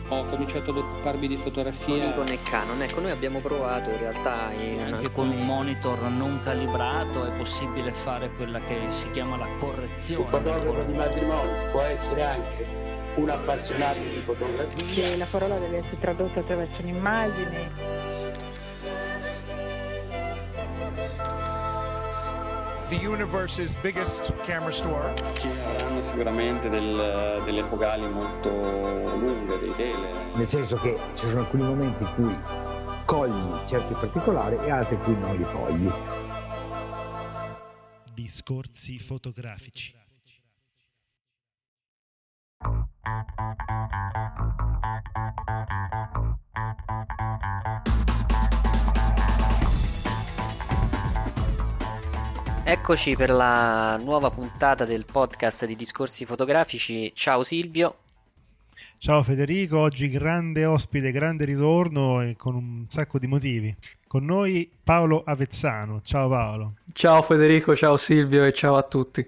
Ho cominciato ad occuparmi di fotografia. Nikon e Canon, ecco, noi abbiamo provato in realtà anche con un monitor non calibrato è possibile fare quella che si chiama la correzione. Un fotografo di matrimonio può essere anche un appassionato di fotografia. Che la parola deve essere tradotta attraverso un'immagine. The universe's biggest camera store. Ci saranno sicuramente delle focali molto lunghe, dei tele. Nel senso che ci sono alcuni momenti in cui cogli certi particolari e altri in cui non li cogli. Discorsi fotografici. Eccoci per la nuova puntata del podcast di Discorsi Fotografici. Ciao Silvio. Ciao Federico, oggi grande ospite, grande ritorno e con un sacco di motivi. Con noi Paolo Avezzano. Ciao Paolo. Ciao Federico, ciao Silvio e ciao a tutti.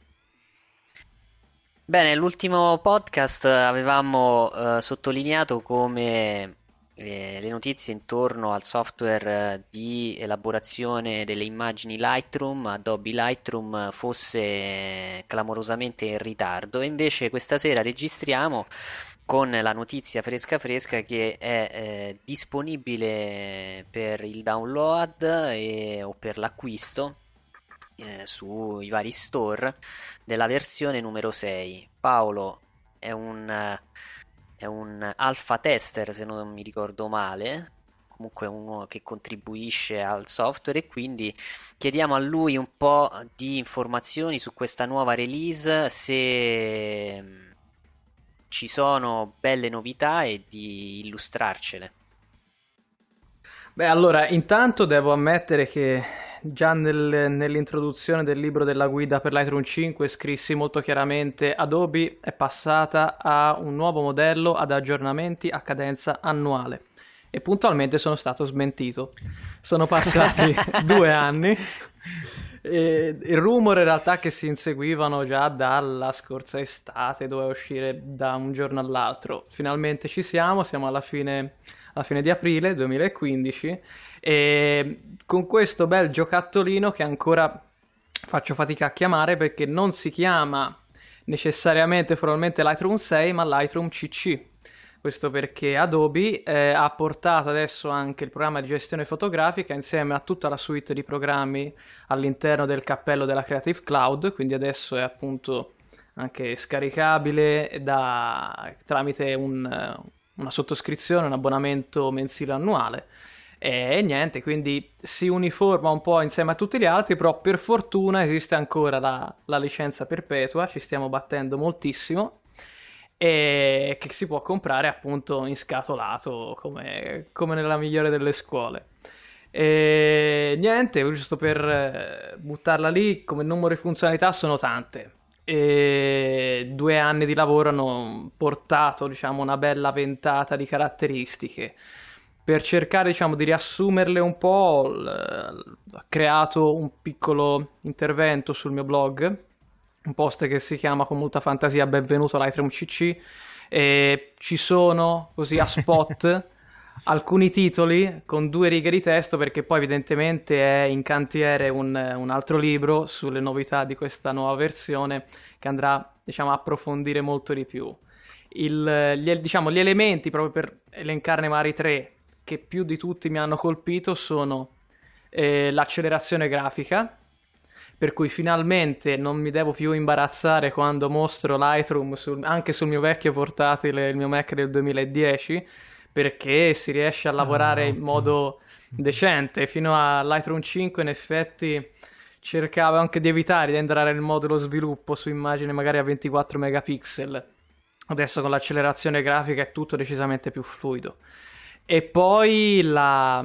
Bene, l'ultimo podcast avevamo sottolineato come le notizie intorno al software di elaborazione delle immagini Lightroom, Adobe Lightroom, fosse clamorosamente in ritardo, e invece questa sera registriamo con la notizia fresca che è disponibile per il download o per l'acquisto sui vari store della versione numero 6. Paolo è un alpha tester, se non mi ricordo male, comunque uno che contribuisce al software, e quindi chiediamo a lui un po' di informazioni su questa nuova release, se ci sono belle novità e di illustrarcele. Beh, allora, intanto devo ammettere che già nell'introduzione del libro della guida per Lightroom 5 scrissi molto chiaramente: Adobe è passata a un nuovo modello ad aggiornamenti a cadenza annuale, e puntualmente sono stato smentito. Sono passati 2 anni e il rumore in realtà che si inseguivano già dalla scorsa estate doveva uscire da un giorno all'altro. Finalmente siamo alla fine di aprile 2015, e con questo bel giocattolino che ancora faccio fatica a chiamare, perché non si chiama necessariamente formalmente Lightroom 6 ma Lightroom CC. Questo perché Adobe ha portato adesso anche il programma di gestione fotografica insieme a tutta la suite di programmi all'interno del cappello della Creative Cloud, quindi adesso è appunto anche scaricabile tramite una sottoscrizione, un abbonamento mensile annuale, e niente, quindi si uniforma un po' insieme a tutti gli altri, però per fortuna esiste ancora la licenza perpetua, ci stiamo battendo moltissimo, e che si può comprare appunto in scatolato come nella migliore delle scuole. E niente, giusto per buttarla lì, come numero di funzionalità sono tante. E 2 anni di lavoro hanno portato, diciamo, una bella ventata di caratteristiche. Per cercare, diciamo, di riassumerle un po', ho creato un piccolo intervento sul mio blog, un post che si chiama con molta fantasia Benvenuto a Lightroom CC, e ci sono così a spot alcuni titoli con 2 righe di testo, perché poi evidentemente è in cantiere un altro libro sulle novità di questa nuova versione che andrà, diciamo, a approfondire molto di più. Gli elementi, proprio per elencarne magari 3, che più di tutti mi hanno colpito sono l'accelerazione grafica, per cui finalmente non mi devo più imbarazzare quando mostro Lightroom anche sul mio vecchio portatile, il mio Mac del 2010, perché si riesce a lavorare in modo decente. Fino a Lightroom 5 in effetti cercavo anche di evitare di entrare nel modulo sviluppo su immagini magari a 24 megapixel. Adesso con l'accelerazione grafica è tutto decisamente più fluido. E poi la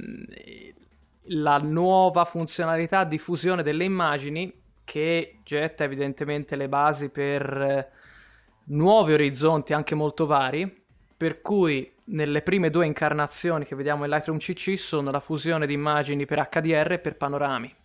nuova funzionalità di fusione delle immagini, che getta evidentemente le basi per nuovi orizzonti anche molto vari, per cui nelle prime 2 incarnazioni che vediamo in Lightroom CC sono la fusione di immagini per HDR e per panorami.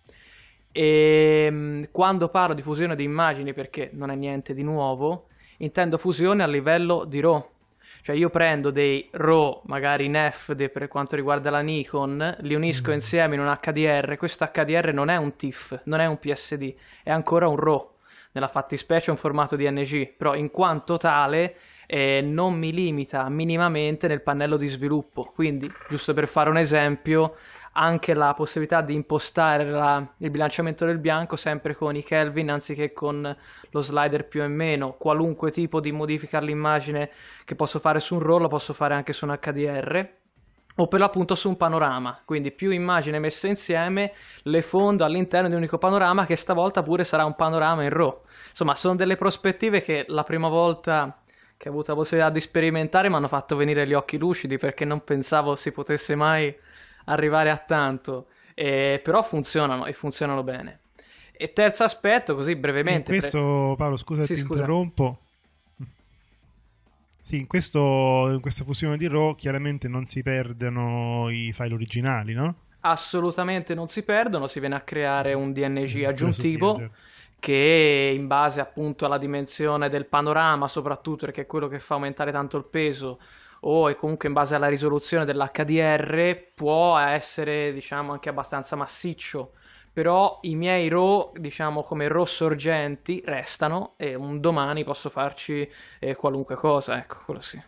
E quando parlo di fusione di immagini, perché non è niente di nuovo, intendo fusione a livello di RAW, Cioè io prendo dei RAW, magari NEF per quanto riguarda la Nikon, li unisco insieme in un HDR. Questo HDR non è un TIFF, non è un PSD, è ancora un RAW. Nella fattispecie è un formato DNG, però in quanto tale non mi limita minimamente nel pannello di sviluppo. Quindi, giusto per fare un esempio, anche la possibilità di impostare il bilanciamento del bianco sempre con i Kelvin anziché con lo slider più e meno. Qualunque tipo di modifica all'immagine che posso fare su un RAW lo posso fare anche su un HDR o per l'appunto su un panorama, quindi più immagini messe insieme le fondo all'interno di un unico panorama, che stavolta pure sarà un panorama in RAW. Insomma, sono delle prospettive che la prima volta che ho avuto la possibilità di sperimentare mi hanno fatto venire gli occhi lucidi, perché non pensavo si potesse mai arrivare a tanto, però funzionano e funzionano bene. E terzo aspetto, così brevemente, questo Paolo, scusa, sì, ti scusa. interrompo. Sì, in questa fusione di RAW chiaramente non si perdono i file originali, no? Assolutamente non si perdono, si viene a creare un DNG aggiuntivo certo. che in base appunto alla dimensione del panorama, soprattutto perché è quello che fa aumentare tanto il peso, o e comunque in base alla risoluzione dell'HDR, può essere, diciamo, anche abbastanza massiccio. Però i miei RAW, diciamo come RAW sorgenti, restano, e un domani posso farci qualunque cosa, ecco, quello sì.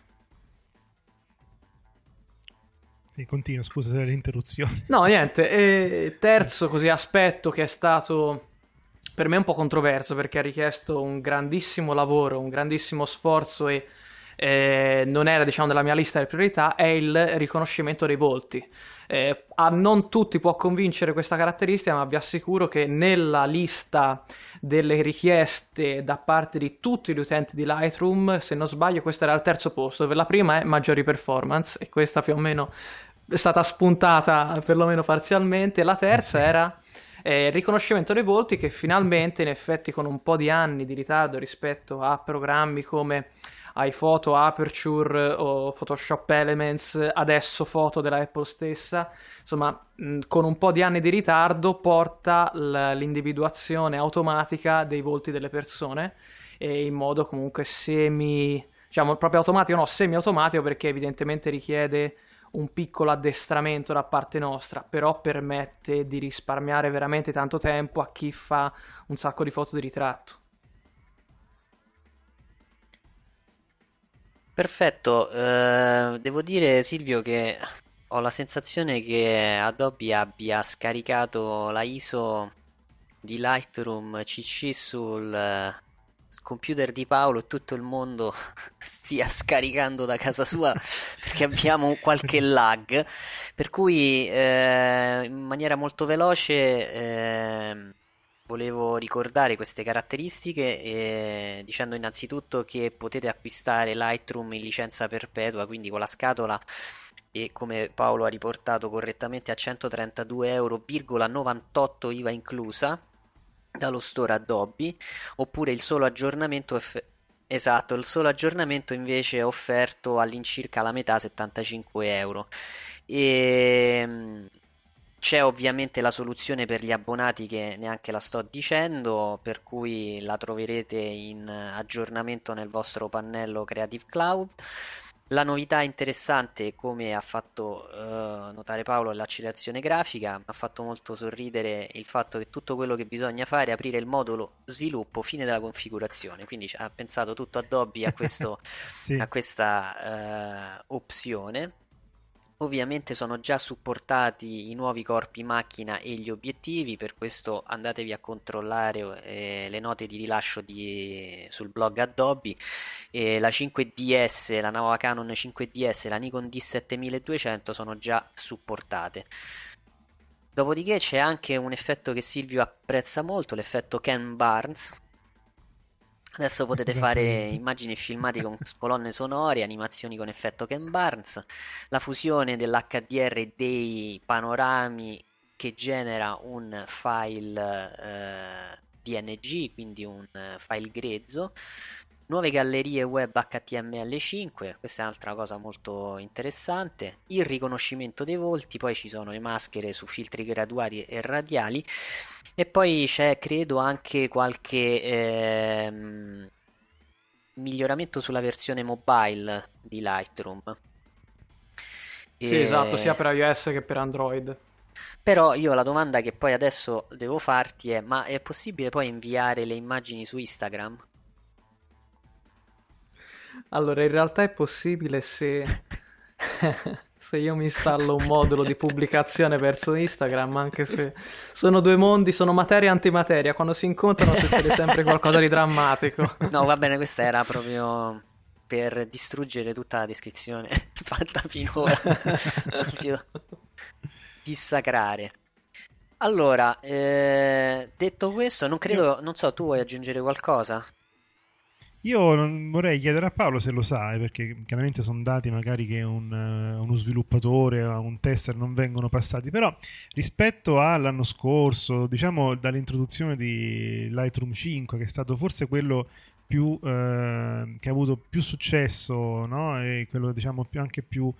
Sì, continua, scusa se l'interruzione. No, niente, terzo così aspetto che è stato per me un po' controverso, perché ha richiesto un grandissimo lavoro, un grandissimo sforzo e non era, diciamo, nella mia lista delle priorità, è il riconoscimento dei volti. A non tutti può convincere questa caratteristica, ma vi assicuro che nella lista delle richieste da parte di tutti gli utenti di Lightroom, se non sbaglio, questa era al terzo posto, dove la prima è maggiori performance, e questa più o meno è stata spuntata perlomeno parzialmente. La terza era il riconoscimento dei volti, che finalmente, in effetti con un po' di anni di ritardo rispetto a programmi come iPhoto, Aperture o Photoshop Elements, adesso Foto della Apple stessa, insomma con un po' di anni di ritardo, porta l'individuazione automatica dei volti delle persone, e in modo comunque diciamo proprio automatico, no, semi-automatico, perché evidentemente richiede un piccolo addestramento da parte nostra, però permette di risparmiare veramente tanto tempo a chi fa un sacco di foto di ritratto. Perfetto, devo dire, Silvio, che ho la sensazione che Adobe abbia scaricato la ISO di Lightroom CC sul computer di Paolo e tutto il mondo stia scaricando da casa sua perché abbiamo qualche lag, per cui in maniera molto veloce volevo ricordare queste caratteristiche, dicendo innanzitutto che potete acquistare Lightroom in licenza perpetua, quindi con la scatola, e come Paolo ha riportato correttamente a 132,98 € IVA inclusa dallo store Adobe, oppure il solo aggiornamento esatto, il solo aggiornamento invece è offerto all'incirca la metà, 75 €. E c'è ovviamente la soluzione per gli abbonati, che neanche la sto dicendo, per cui la troverete in aggiornamento nel vostro pannello Creative Cloud. La novità interessante, come ha fatto notare Paolo, è l'accelerazione grafica. Mi ha fatto molto sorridere il fatto che tutto quello che bisogna fare è aprire il modulo sviluppo, fine della configurazione, quindi ha pensato tutto Adobe a questo, Sì. a questa opzione. Ovviamente sono già supportati i nuovi corpi macchina e gli obiettivi, per questo andatevi a controllare le note di rilascio sul blog Adobe. La 5DS, la nuova Canon 5DS e la Nikon D7200 sono già supportate. Dopodiché c'è anche un effetto che Silvio apprezza molto, l'effetto Ken Barnes. Adesso potete fare immagini e filmati con colonne sonore, animazioni con effetto Ken Barnes, la fusione dell'HDR e dei panorami che genera un file DNG, quindi un file grezzo, nuove gallerie web HTML5, questa è un'altra cosa molto interessante, il riconoscimento dei volti, poi ci sono le maschere su filtri graduali e radiali, e poi c'è credo anche qualche miglioramento sulla versione mobile di Lightroom. Sì, esatto, sia per iOS che per Android. Però io la domanda che poi adesso devo farti è: ma è possibile poi inviare le immagini su Instagram? Allora, in realtà è possibile se se io mi installo un modulo di pubblicazione verso Instagram, anche se sono due mondi, sono materia e antimateria, quando si incontrano succede sempre qualcosa di drammatico. No, va bene, questa era proprio per distruggere tutta la descrizione fatta finora. Proprio dissacrare. Allora, detto questo, non credo, non so, tu vuoi aggiungere qualcosa? Io vorrei chiedere a Paolo se lo sa, perché chiaramente sono dati magari che uno sviluppatore o un tester non vengono passati, però rispetto all'anno scorso, diciamo dall'introduzione di Lightroom 5, che è stato forse quello più che ha avuto più successo, no? E quello diciamo anche più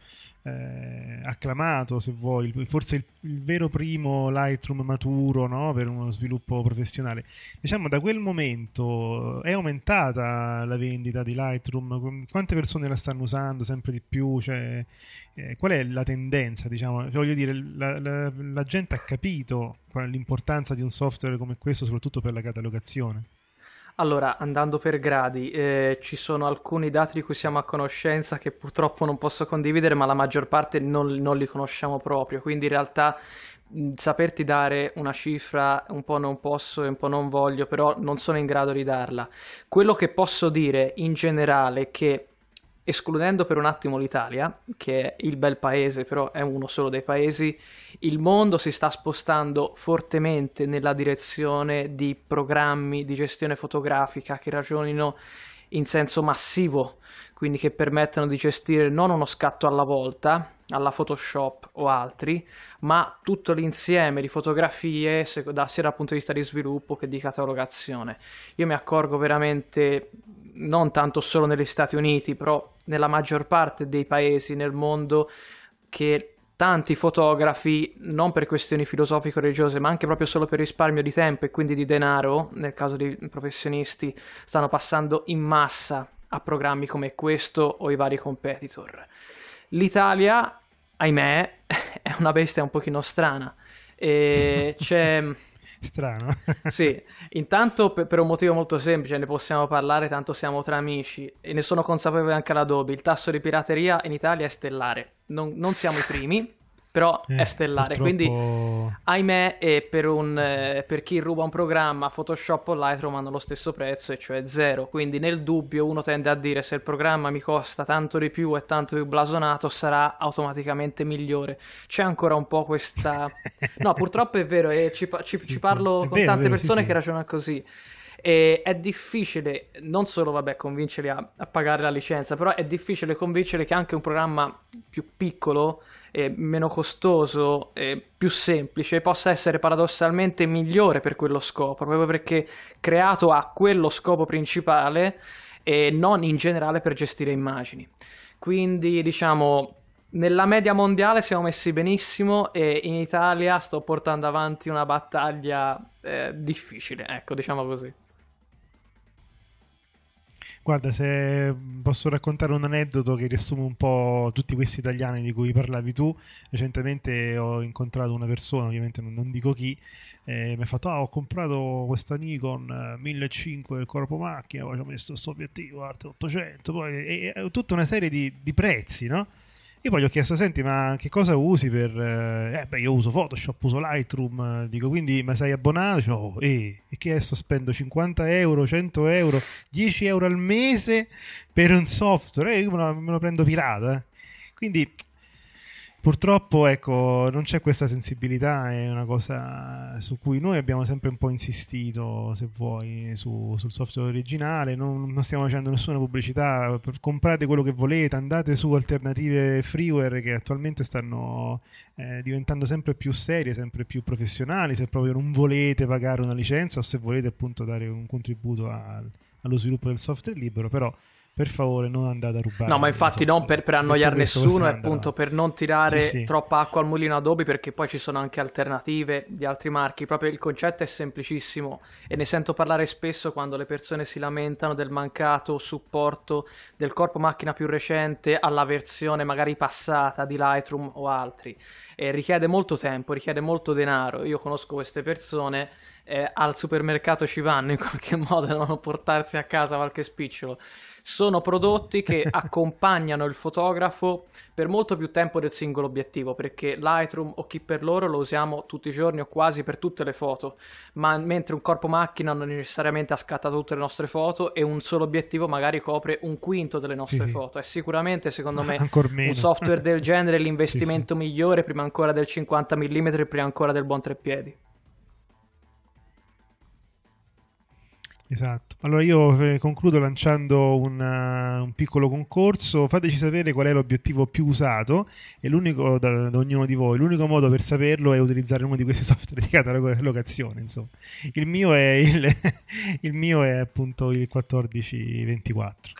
acclamato, se vuoi, forse il vero primo Lightroom maturo, no? Per uno sviluppo professionale. Diciamo da quel momento è aumentata la vendita di Lightroom, quante persone la stanno usando sempre di più, cioè, qual è la tendenza, diciamo? Voglio dire, la gente ha capito l'importanza di un software come questo, soprattutto per la catalogazione. Allora, andando per gradi, ci sono alcuni dati di cui siamo a conoscenza che purtroppo non posso condividere, ma la maggior parte non li conosciamo proprio, quindi in realtà saperti dare una cifra un po' non posso e un po' non voglio, però non sono in grado di darla. Quello che posso dire in generale è che, escludendo per un attimo l'Italia, che è il bel paese, però è uno solo dei paesi, il mondo si sta spostando fortemente nella direzione di programmi di gestione fotografica che ragionino in senso massivo, quindi che permettano di gestire non uno scatto alla volta, alla Photoshop o altri, ma tutto l'insieme di fotografie sia dal punto di vista di sviluppo che di catalogazione. Io mi accorgo veramente, non tanto solo negli Stati Uniti, però nella maggior parte dei paesi nel mondo, che tanti fotografi, non per questioni filosofico-religiose, ma anche proprio solo per risparmio di tempo e quindi di denaro, nel caso di professionisti, stanno passando in massa a programmi come questo o i vari competitor. L'Italia, ahimè, è una bestia un pochino strana. E c'è... Strano. Sì, intanto per un motivo molto semplice, ne possiamo parlare, tanto siamo tra amici, e ne sono consapevole anche l'Adobe. Il tasso di pirateria in Italia è stellare. Non siamo i primi, però è stellare. Purtroppo... Quindi, ahimè, per chi ruba un programma, Photoshop o Lightroom hanno lo stesso prezzo, e cioè 0. Quindi nel dubbio uno tende a dire: se il programma mi costa tanto di più e tanto più blasonato, sarà automaticamente migliore. C'è ancora un po' questa... No, purtroppo è vero, e ci parlo con tante persone che ragionano così. E è difficile non solo convincerli a pagare la licenza, però è difficile convincere che anche un programma più piccolo, meno costoso, più semplice, possa essere paradossalmente migliore per quello scopo, proprio perché creato a quello scopo principale e non in generale per gestire immagini. Quindi diciamo, nella media mondiale siamo messi benissimo, e in Italia sto portando avanti una battaglia difficile, ecco, diciamo così. Guarda, se posso raccontare un aneddoto che riassume un po' tutti questi italiani di cui parlavi tu. Recentemente ho incontrato una persona, ovviamente non dico chi, mi ha fatto: ho comprato questa Nikon 1500 del corpo macchina, poi ci ho messo questo obiettivo Arte 800, poi tutta una serie di prezzi, no? Io poi gli ho chiesto: senti, ma che cosa usi per... io uso Photoshop, uso Lightroom, dico, quindi ma sei abbonato? Dico, e che adesso spendo 50 euro, 100 euro, 10 euro al mese per un software, io me lo prendo pirata. Quindi purtroppo, ecco, non c'è questa sensibilità, è una cosa su cui noi abbiamo sempre un po' insistito, se vuoi, sul software originale. Non stiamo facendo nessuna pubblicità, comprate quello che volete, andate su alternative freeware che attualmente stanno diventando sempre più serie, sempre più professionali, se proprio non volete pagare una licenza o se volete appunto dare un contributo allo sviluppo del software libero. Però per favore non andate a rubare. No, ma infatti non per annoiare nessuno, è appunto per non tirare sì. troppa acqua al mulino Adobe, perché poi ci sono anche alternative di altri marchi. Proprio il concetto è semplicissimo e ne sento parlare spesso quando le persone si lamentano del mancato supporto del corpo macchina più recente alla versione magari passata di Lightroom o altri. E richiede molto tempo, richiede molto denaro. Io conosco queste persone, al supermercato ci vanno in qualche modo, devono portarsi a casa qualche spicciolo. Sono prodotti che accompagnano il fotografo per molto più tempo del singolo obiettivo, perché Lightroom o chi per loro lo usiamo tutti i giorni o quasi per tutte le foto, ma mentre un corpo macchina non necessariamente scatta tutte le nostre foto e un solo obiettivo magari copre un quinto delle nostre foto. È sicuramente, secondo me, un software del genere l'investimento migliore, prima ancora del 50 mm, prima ancora del buon treppiedi. Esatto. Allora io concludo lanciando un piccolo concorso. Fateci sapere qual è l'obiettivo più usato e l'unico da ognuno di voi. L'unico modo per saperlo è utilizzare uno di questi software di catalogazione. Insomma, il mio è il mio è appunto il 1424.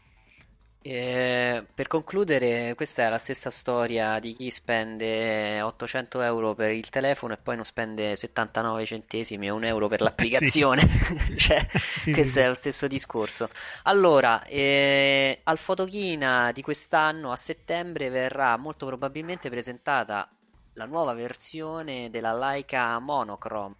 Per concludere, questa è la stessa storia di chi spende 800 euro per il telefono e poi non spende 79 centesimi o €1 per l'applicazione. Cioè, questo è lo stesso discorso. Allora, al Fotochina di quest'anno, a settembre, verrà molto probabilmente presentata la nuova versione della Leica Monochrome.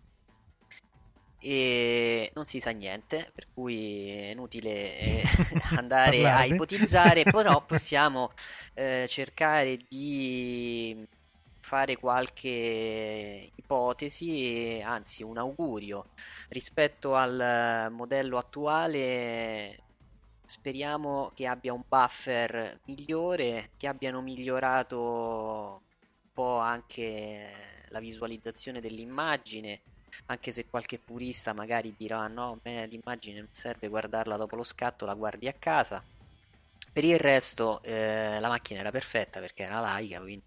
E non si sa niente, per cui è inutile andare a ipotizzare, però possiamo cercare di fare qualche ipotesi, anzi un augurio rispetto al modello attuale. Speriamo che abbia un buffer migliore, che abbiano migliorato un po' anche la visualizzazione dell'immagine, anche se qualche purista magari dirà no, a me l'immagine non serve guardarla dopo lo scatto, la guardi a casa. Per il resto la macchina era perfetta perché era Leica, quindi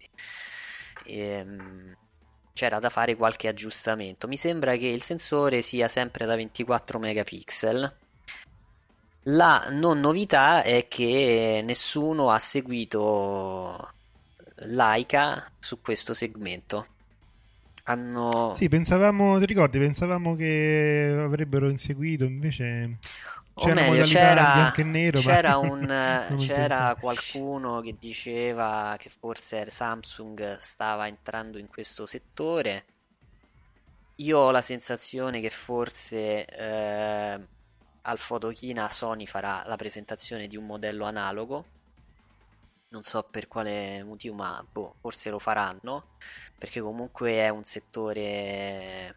c'era da fare qualche aggiustamento. Mi sembra che il sensore sia sempre da 24 megapixel. La non novità è che nessuno ha seguito Leica su questo segmento. Sì, pensavamo, ti ricordi? Pensavamo che avrebbero inseguito, invece c'era bianco e nero, c'era qualcuno che diceva che forse Samsung stava entrando in questo settore. Io ho la sensazione che forse al Fotochina Sony farà la presentazione di un modello analogo. Non so per quale motivo, ma forse lo faranno, perché comunque è un settore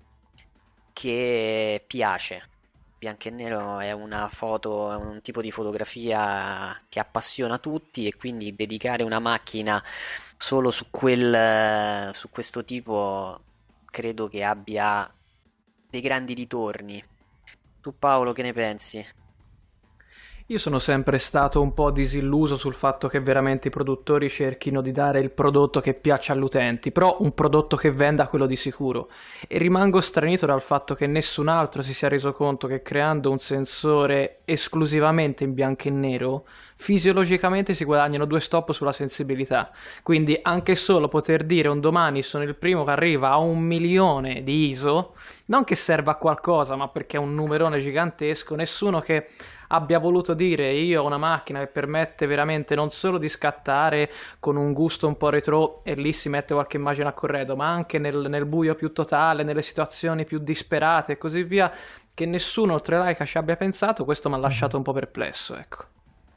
che piace. Bianco e nero è una foto, è un tipo di fotografia che appassiona tutti, e quindi dedicare una macchina solo su questo tipo credo che abbia dei grandi ritorni. Tu, Paolo, che ne pensi? Io sono sempre stato un po' disilluso sul fatto che veramente i produttori cerchino di dare il prodotto che piace agli utenti, però un prodotto che venda quello di sicuro. E rimango stranito dal fatto che nessun altro si sia reso conto che creando un sensore esclusivamente in bianco e nero, fisiologicamente si guadagnano 2 stop sulla sensibilità. Quindi anche solo poter dire un domani sono il primo che arriva a 1 milione di ISO, non che serva a qualcosa, ma perché è un numerone gigantesco. Nessuno che abbia voluto dire io ho una macchina che permette veramente non solo di scattare con un gusto un po' retro e lì si mette qualche immagine a corredo, ma anche nel buio più totale, nelle situazioni più disperate e così via, che nessuno oltre Leica ci abbia pensato. Questo mi ha lasciato un po' perplesso, ecco.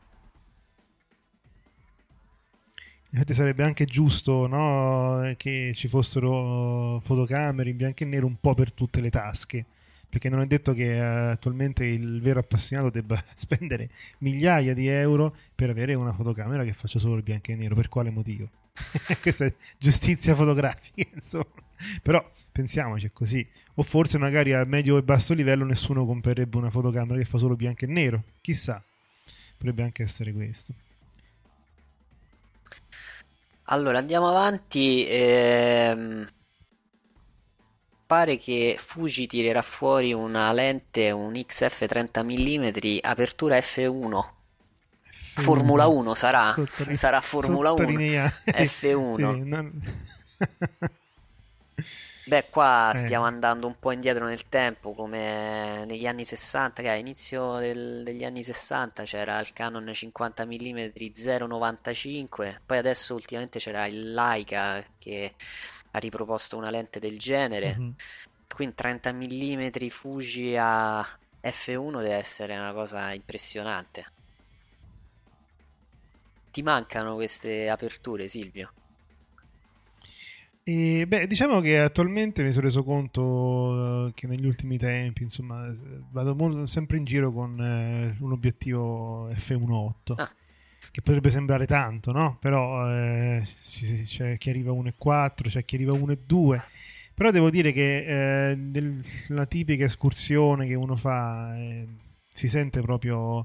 Infatti sarebbe anche giusto, no, che ci fossero fotocamere in bianco e nero un po' per tutte le tasche, perché non è detto che attualmente il vero appassionato debba spendere migliaia di euro per avere una fotocamera che faccia solo il bianco e nero. Per quale motivo? Questa è giustizia fotografica, insomma. Però pensiamoci, è così. O forse magari a medio e basso livello nessuno comprerebbe una fotocamera che fa solo bianco e nero, chissà, potrebbe anche essere questo. Allora andiamo avanti. Pare che Fuji tirerà fuori una lente, un XF 30 mm, apertura f1. Formula 1 sarà? Sarà Formula 1 F1. Sì, Beh, qua stiamo andando un po' indietro nel tempo, come negli anni 60, che all'inizio degli anni 60 c'era il Canon 50 mm 0,95, poi adesso ultimamente c'era il Leica che ha riproposto una lente del genere, quindi 30 mm Fuji a F1 deve essere una cosa impressionante. Ti mancano queste aperture, Silvio? E, diciamo che attualmente mi sono reso conto che negli ultimi tempi, insomma, vado sempre in giro con un obiettivo f1.8, che potrebbe sembrare tanto, no? Però c'è chi arriva a 1.4, c'è chi arriva a 1.2, però devo dire che la tipica escursione che uno fa si sente proprio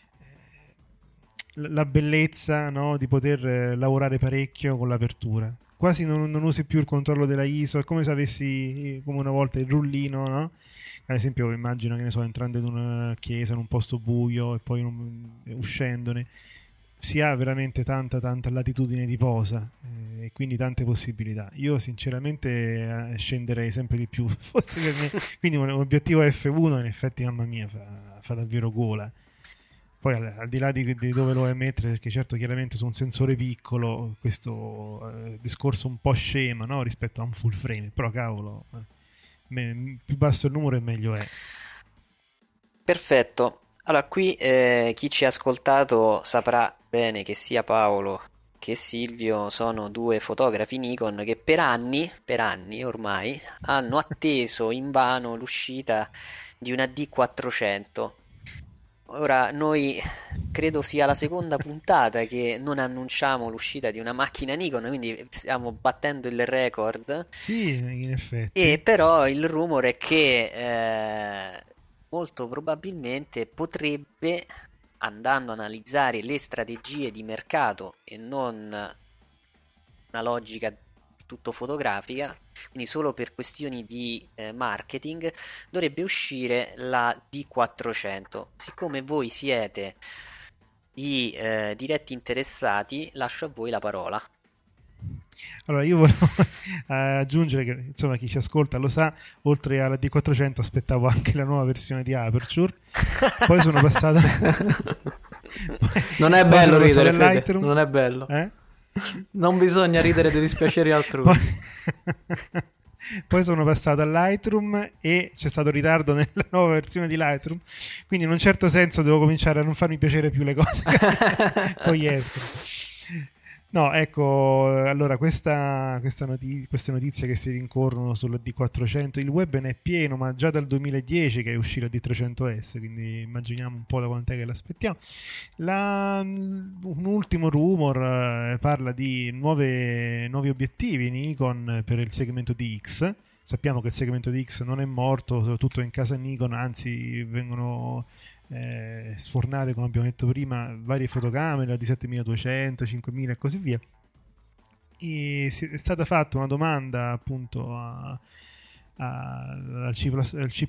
la bellezza, no? Di poter lavorare parecchio con l'apertura. Quasi non usi più il controllo della ISO, è come se avessi come una volta il rullino, no? Ad esempio immagino che ne so, entrando in una chiesa in un posto buio e poi uscendone, si ha veramente tanta latitudine di posa e quindi tante possibilità. Io sinceramente scenderei sempre di più forse per me. Quindi un obiettivo F1 in effetti, mamma mia, fa davvero gola. Poi al di là di dove lo vuoi mettere, perché certo chiaramente su un sensore piccolo questo discorso un po' scema, no? Rispetto a un full frame, però cavolo, più basso il numero e meglio è. Perfetto. Allora qui chi ci ha ascoltato saprà bene che sia Paolo che Silvio sono due fotografi Nikon che per anni ormai hanno atteso invano l'uscita di una D400. Ora, noi credo sia la seconda puntata che non annunciamo l'uscita di una macchina Nikon, quindi stiamo battendo il record. Sì, in effetti. E però il rumore è che molto probabilmente potrebbe, andando a analizzare le strategie di mercato e non una logica tutto fotografica, quindi solo per questioni di marketing, dovrebbe uscire la D400. Siccome voi siete i diretti interessati, lascio a voi la parola. Allora io volevo aggiungere che insomma chi ci ascolta lo sa, oltre alla D400 aspettavo anche la nuova versione di Aperture, poi sono passato non è bello ridere, Fede, non è bello. Non bisogna ridere dei dispiaceri altrui. Poi sono passato a Lightroom e c'è stato ritardo nella nuova versione di Lightroom, quindi in un certo senso devo cominciare a non farmi piacere più le cose poi escono. No, ecco, allora queste notizie che si rincorrono sulla D400, il web ne è pieno, ma già dal 2010 che è uscita la D300S, quindi immaginiamo un po' da quant'è che l'aspettiamo. Un ultimo rumor parla di nuovi obiettivi Nikon per il segmento DX. Sappiamo che il segmento DX non è morto, soprattutto in casa Nikon, anzi vengono sfornate, come abbiamo detto prima, varie fotocamere di 7200, 5000 e così via. E è stata fatta una domanda appunto al C++,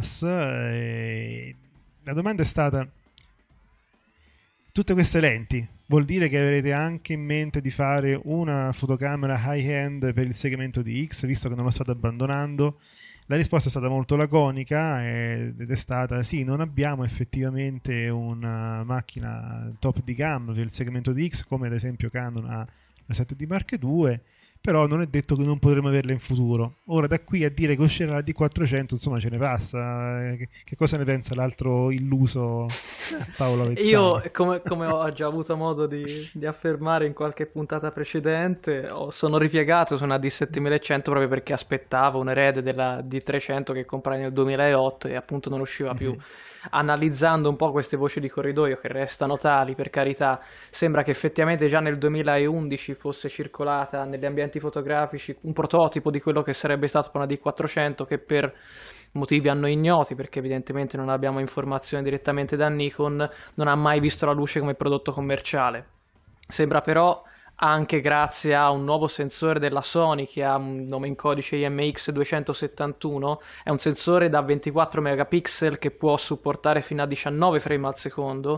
e la domanda è stata: tutte queste lenti vuol dire che avrete anche in mente di fare una fotocamera high-end per il segmento di X, visto che non lo state abbandonando? La risposta è stata molto laconica ed è stata: sì, non abbiamo effettivamente una macchina top di gamma per il segmento di X, come ad esempio Canon ha la 7D Mark II, però non è detto che non potremo averla in futuro. Ora, da qui a dire che uscirà la D400, insomma, ce ne passa. Che cosa ne pensa l'altro illuso Paolo Avezzani? Io, come ho già avuto modo di affermare in qualche puntata precedente, sono ripiegato su una D7100 proprio perché aspettavo un erede della D300 che comprai nel 2008 e appunto non usciva più. Analizzando un po' queste voci di corridoio, che restano tali, per carità, sembra che effettivamente già nel 2011 fosse circolata negli ambienti fotografici un prototipo di quello che sarebbe stato una D400, che per motivi a noi ignoti, perché evidentemente non abbiamo informazioni direttamente da Nikon, non ha mai visto la luce come prodotto commerciale. Sembra però, anche grazie a un nuovo sensore della Sony che ha un nome in codice IMX271, è un sensore da 24 megapixel che può supportare fino a 19 frame al secondo,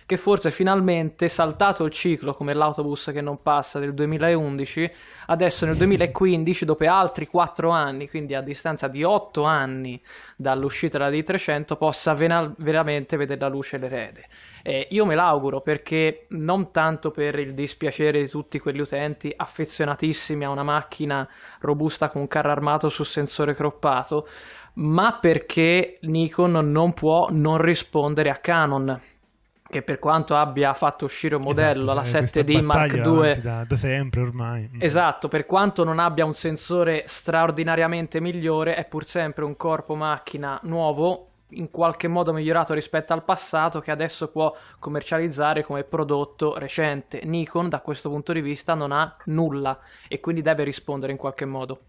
che forse finalmente, saltato il ciclo come l'autobus che non passa del 2011, adesso nel 2015, dopo altri 4 anni, quindi a distanza di 8 anni dall'uscita della D300, possa veramente vedere la luce l'erede. Io me l'auguro, perché non tanto per il dispiacere di tutti quegli utenti affezionatissimi a una macchina robusta con un carro armato su sensore croppato, ma perché Nikon non può non rispondere a Canon, che per quanto abbia fatto uscire un modello, la 7D Mark II da sempre ormai. Esatto, per quanto non abbia un sensore straordinariamente migliore, è pur sempre un corpo macchina nuovo, in qualche modo migliorato rispetto al passato, che adesso può commercializzare come prodotto recente. Nikon da questo punto di vista non ha nulla e quindi deve rispondere in qualche modo.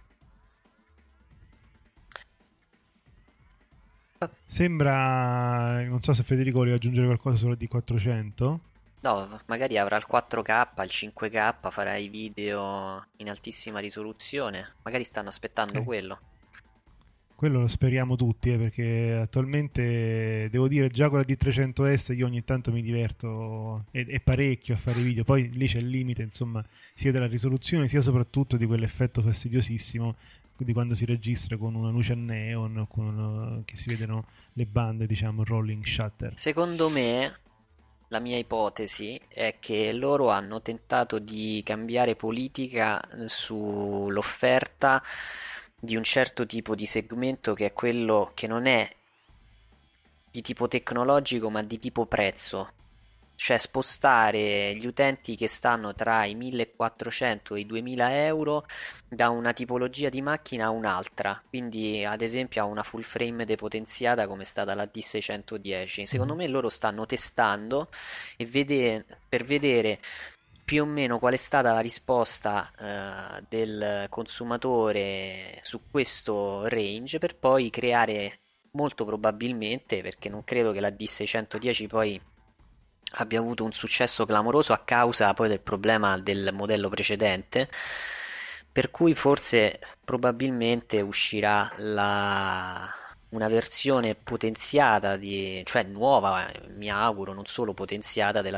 Sembra, non so se Federico vuole aggiungere qualcosa sulla D400. No, magari avrà il 4K, il 5K, farà i video in altissima risoluzione. Magari stanno aspettando quello. Quello lo speriamo tutti, perché attualmente, devo dire, già con la D300S io ogni tanto mi diverto e parecchio a fare video. Poi lì c'è il limite, insomma, sia della risoluzione sia soprattutto di quell'effetto fastidiosissimo di quando si registra con una luce a neon, che si vedono le bande, diciamo, rolling shutter. Secondo me, la mia ipotesi è che loro hanno tentato di cambiare politica sull'offerta di un certo tipo di segmento, che è quello che non è di tipo tecnologico ma di tipo prezzo, cioè spostare gli utenti che stanno tra i 1400 e i 2000 euro da una tipologia di macchina a un'altra, quindi ad esempio a una full frame depotenziata come è stata la D610. Secondo me loro stanno testando per vedere più o meno qual è stata la risposta del consumatore su questo range, per poi creare, molto probabilmente, perché non credo che la D610 poi abbia avuto un successo clamoroso a causa poi del problema del modello precedente, per cui forse probabilmente uscirà una versione potenziata, cioè nuova, mi auguro, non solo potenziata, della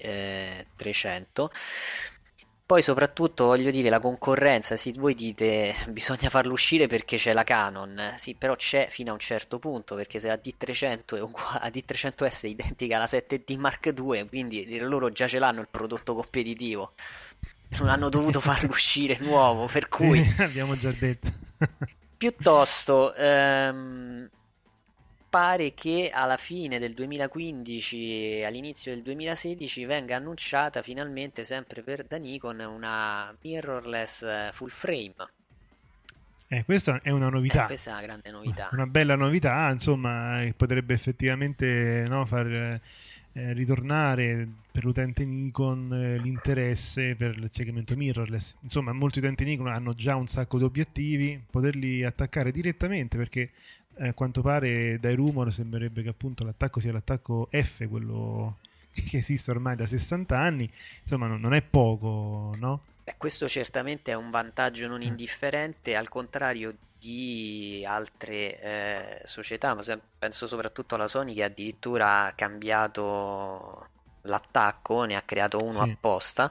D300. Poi soprattutto voglio dire, la concorrenza, sì, voi dite bisogna farlo uscire perché c'è la Canon, sì, però c'è fino a un certo punto, perché se la D300 è uguale, la D300S è identica alla 7D Mark II, quindi loro già ce l'hanno il prodotto competitivo, non hanno dovuto farlo uscire nuovo, per cui abbiamo già detto. Piuttosto pare che alla fine del 2015 e all'inizio del 2016 venga annunciata finalmente, sempre da Nikon, una mirrorless full frame. Questa è una novità. Questa è una grande novità. Una bella novità, insomma, che potrebbe effettivamente, no, far ritornare per l'utente Nikon l'interesse per il segmento mirrorless. Insomma, molti utenti Nikon hanno già un sacco di obiettivi, poterli attaccare direttamente, perché a quanto pare dai rumor sembrerebbe che appunto l'attacco sia l'attacco F, quello che esiste ormai da 60 anni. Insomma, non è poco, no? Questo certamente è un vantaggio non indifferente, al contrario di altre società, ma penso soprattutto alla Sony, che addirittura ha cambiato l'attacco, ne ha creato uno apposta,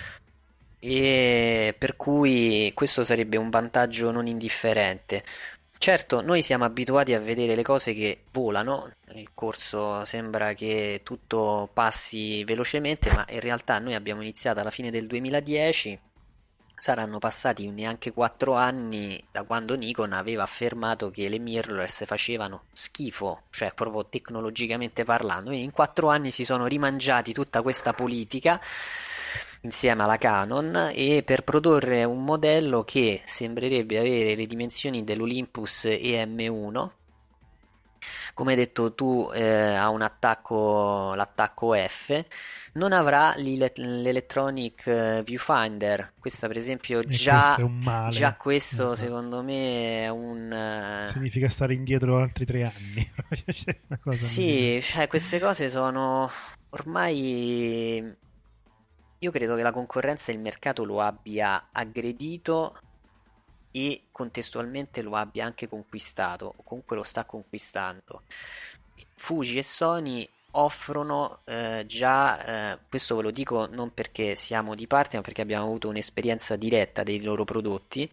e per cui questo sarebbe un vantaggio non indifferente. Certo, noi siamo abituati a vedere le cose che volano, il corso sembra che tutto passi velocemente, ma in realtà noi abbiamo iniziato alla fine del 2010, saranno passati neanche 4 anni da quando Nikon aveva affermato che le mirrorless facevano schifo, cioè proprio tecnologicamente parlando, e in 4 anni si sono rimangiati tutta questa politica insieme alla Canon, e per produrre un modello che sembrerebbe avere le dimensioni dell'Olympus EM1, come hai detto tu, ha un l'attacco F, non avrà l'electronic viewfinder. Questa per esempio già questo è un male. Già questo secondo me è un significa stare indietro altri 3 anni. Una cosa sì, cioè queste cose sono ormai, io credo che la concorrenza e il mercato lo abbia aggredito e contestualmente lo abbia anche conquistato, o comunque lo sta conquistando. Fuji e Sony offrono già, questo ve lo dico non perché siamo di parte, ma perché abbiamo avuto un'esperienza diretta dei loro prodotti,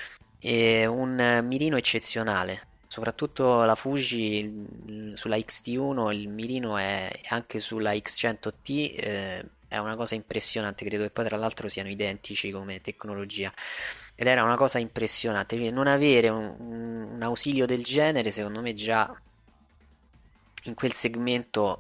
un mirino eccezionale. Soprattutto la Fuji sulla X-T1, il mirino è anche sulla X100T, è una cosa impressionante, credo che poi tra l'altro siano identici come tecnologia, ed era una cosa impressionante. Quindi non avere un ausilio del genere, secondo me già in quel segmento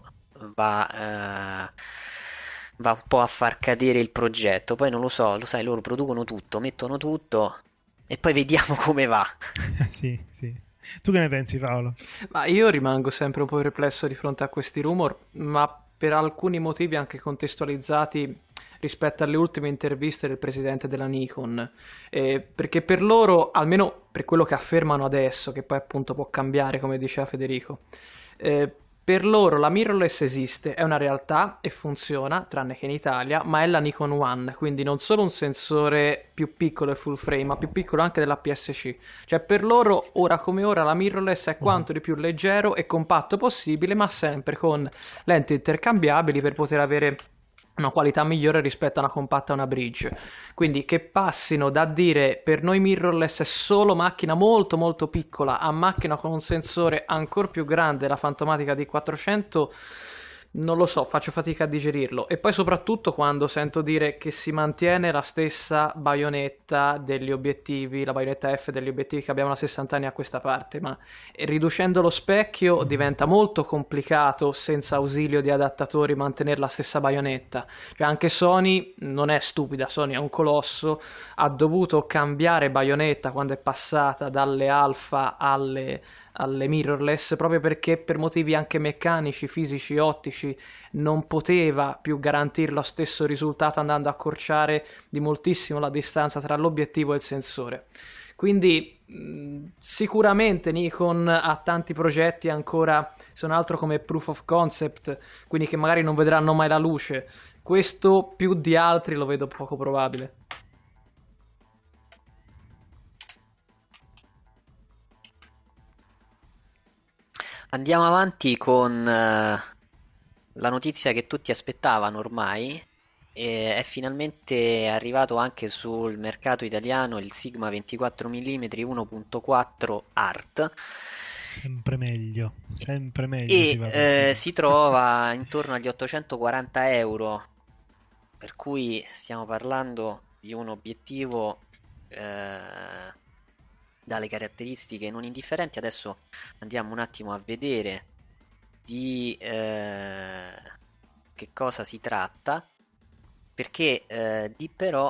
va un po' a far cadere il progetto. Poi non lo so, lo sai, loro producono tutto, mettono tutto e poi vediamo come va. Sì, sì. Tu che ne pensi, Paolo? Ma io rimango sempre un po' perplesso di fronte a questi rumor, ma per alcuni motivi anche contestualizzati rispetto alle ultime interviste del presidente della Nikon, perché per loro, almeno per quello che affermano adesso, che poi appunto può cambiare come diceva Federico, per loro la mirrorless esiste, è una realtà e funziona, tranne che in Italia, ma è la Nikon One, quindi non solo un sensore più piccolo e full frame, ma più piccolo anche dell'APS-C. Cioè per loro, ora come ora, la mirrorless è quanto di più leggero e compatto possibile, ma sempre con lenti intercambiabili per poter avere una qualità migliore rispetto a una compatta e una bridge. Quindi che passino da dire per noi mirrorless è solo macchina molto molto piccola a macchina con un sensore ancora più grande, la Fantomatica D400, non lo so, faccio fatica a digerirlo. E poi soprattutto quando sento dire che si mantiene la stessa baionetta degli obiettivi, la baionetta F degli obiettivi che abbiamo da 60 anni a questa parte, ma riducendo lo specchio diventa molto complicato senza ausilio di adattatori mantenere la stessa baionetta. Cioè anche Sony non è stupida, Sony è un colosso, ha dovuto cambiare baionetta quando è passata dalle alfa alle mirrorless, proprio perché per motivi anche meccanici, fisici, ottici non poteva più garantire lo stesso risultato andando a accorciare di moltissimo la distanza tra l'obiettivo e il sensore. Quindi sicuramente Nikon ha tanti progetti ancora, sono altro come proof of concept, quindi che magari non vedranno mai la luce. Questo più di altri lo vedo poco probabile. Andiamo avanti con la notizia che tutti aspettavano ormai, e è finalmente arrivato anche sul mercato italiano il Sigma 24 mm 1.4 Art. Sempre meglio e si trova intorno agli 840 euro, per cui stiamo parlando di un obiettivo dalle caratteristiche non indifferenti. Adesso andiamo un attimo a vedere di che cosa si tratta, perché di però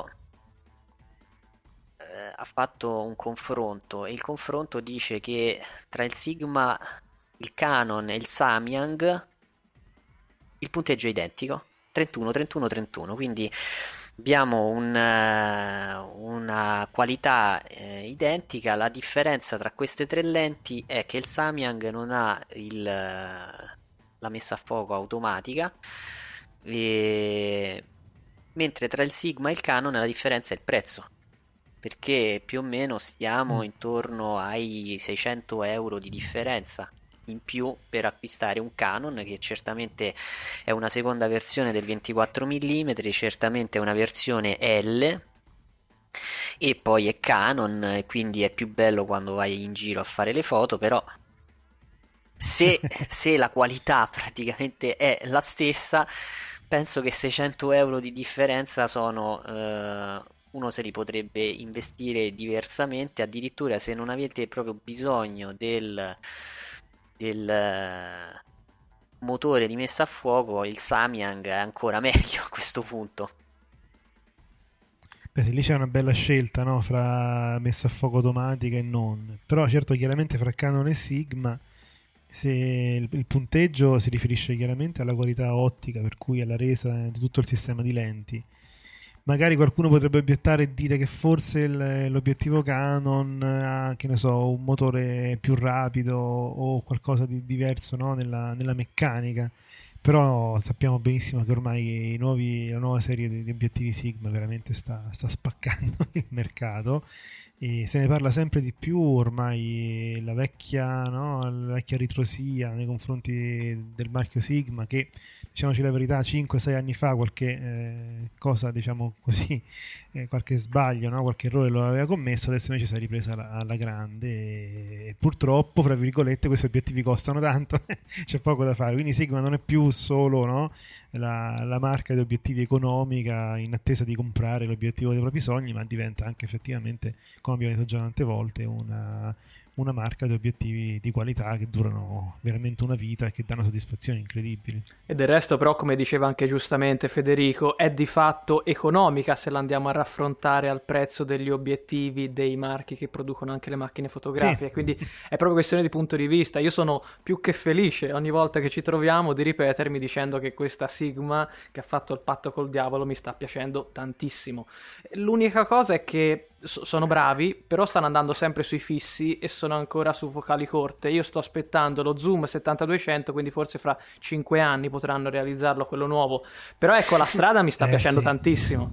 ha fatto un confronto, e il confronto dice che tra il Sigma, il Canon e il Samyang il punteggio è identico, 31, 31, 31, quindi abbiamo una qualità identica. La differenza tra queste tre lenti è che il Samyang non ha la messa a fuoco automatica, mentre tra il Sigma e il Canon la differenza è il prezzo, perché più o meno stiamo intorno ai 600 euro di differenza in più per acquistare un Canon, che certamente è una seconda versione del 24 mm, certamente è una versione L, e poi è Canon, e quindi è più bello quando vai in giro a fare le foto. Però se la qualità praticamente è la stessa, penso che 600 euro di differenza sono uno se li potrebbe investire diversamente. Addirittura se non avete proprio bisogno del motore di messa a fuoco, il Samyang è ancora meglio a questo punto. Beh, lì c'è una bella scelta, no? Fra messa a fuoco automatica e non. Però certo, chiaramente fra Canon e Sigma, se il punteggio si riferisce chiaramente alla qualità ottica, per cui alla resa di tutto il sistema di lenti. Magari qualcuno potrebbe obiettare e dire che forse l'obiettivo Canon ha, che ne so, un motore più rapido o qualcosa di diverso, no? nella meccanica. Però sappiamo benissimo che ormai la nuova serie di obiettivi Sigma veramente sta spaccando il mercato, e se ne parla sempre di più ormai, la vecchia ritrosia nei confronti del marchio Sigma, che, diciamoci la verità, 5-6 anni fa qualche cosa, diciamo così, qualche sbaglio, no? Qualche errore lo aveva commesso, adesso invece si è ripresa alla grande e purtroppo, fra virgolette, questi obiettivi costano tanto, c'è poco da fare, quindi Sigma non è più solo, no, la marca di obiettivi economica in attesa di comprare l'obiettivo dei propri sogni, ma diventa anche effettivamente, come abbiamo detto già tante volte, una marca di obiettivi di qualità che durano veramente una vita e che danno soddisfazioni incredibili. E del resto però, come diceva anche giustamente Federico, è di fatto economica se la andiamo a raffrontare al prezzo degli obiettivi dei marchi che producono anche le macchine fotografiche, sì. Quindi è proprio questione di punto di vista. Io sono più che felice ogni volta che ci troviamo di ripetermi dicendo che questa Sigma che ha fatto il patto col diavolo mi sta piacendo tantissimo. L'unica cosa è che sono bravi, però stanno andando sempre sui fissi e sono ancora su focali corte. Io sto aspettando lo zoom 7200, quindi forse fra 5 anni potranno realizzarlo quello nuovo, però ecco, la strada mi sta piacendo tantissimo.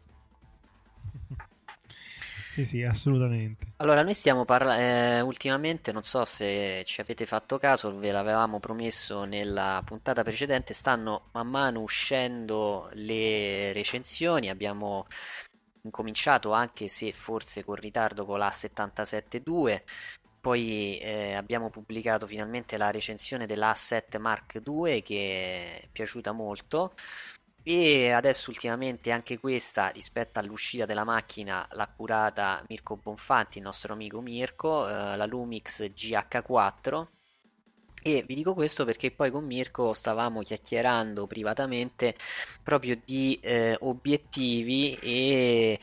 Sì, assolutamente. Allora, noi stiamo parlando ultimamente, non so se ci avete fatto caso, ve l'avevamo promesso nella puntata precedente, stanno man mano uscendo le recensioni. Abbiamo incominciato, anche se forse con ritardo, con la 77.2, poi abbiamo pubblicato finalmente la recensione dell'A7 Mark II, che è piaciuta molto, e adesso ultimamente anche questa, rispetto all'uscita della macchina, l'ha curata Mirko Bonfanti, il nostro amico Mirko, la Lumix GH4. E vi dico questo perché poi con Mirko stavamo chiacchierando privatamente proprio di obiettivi e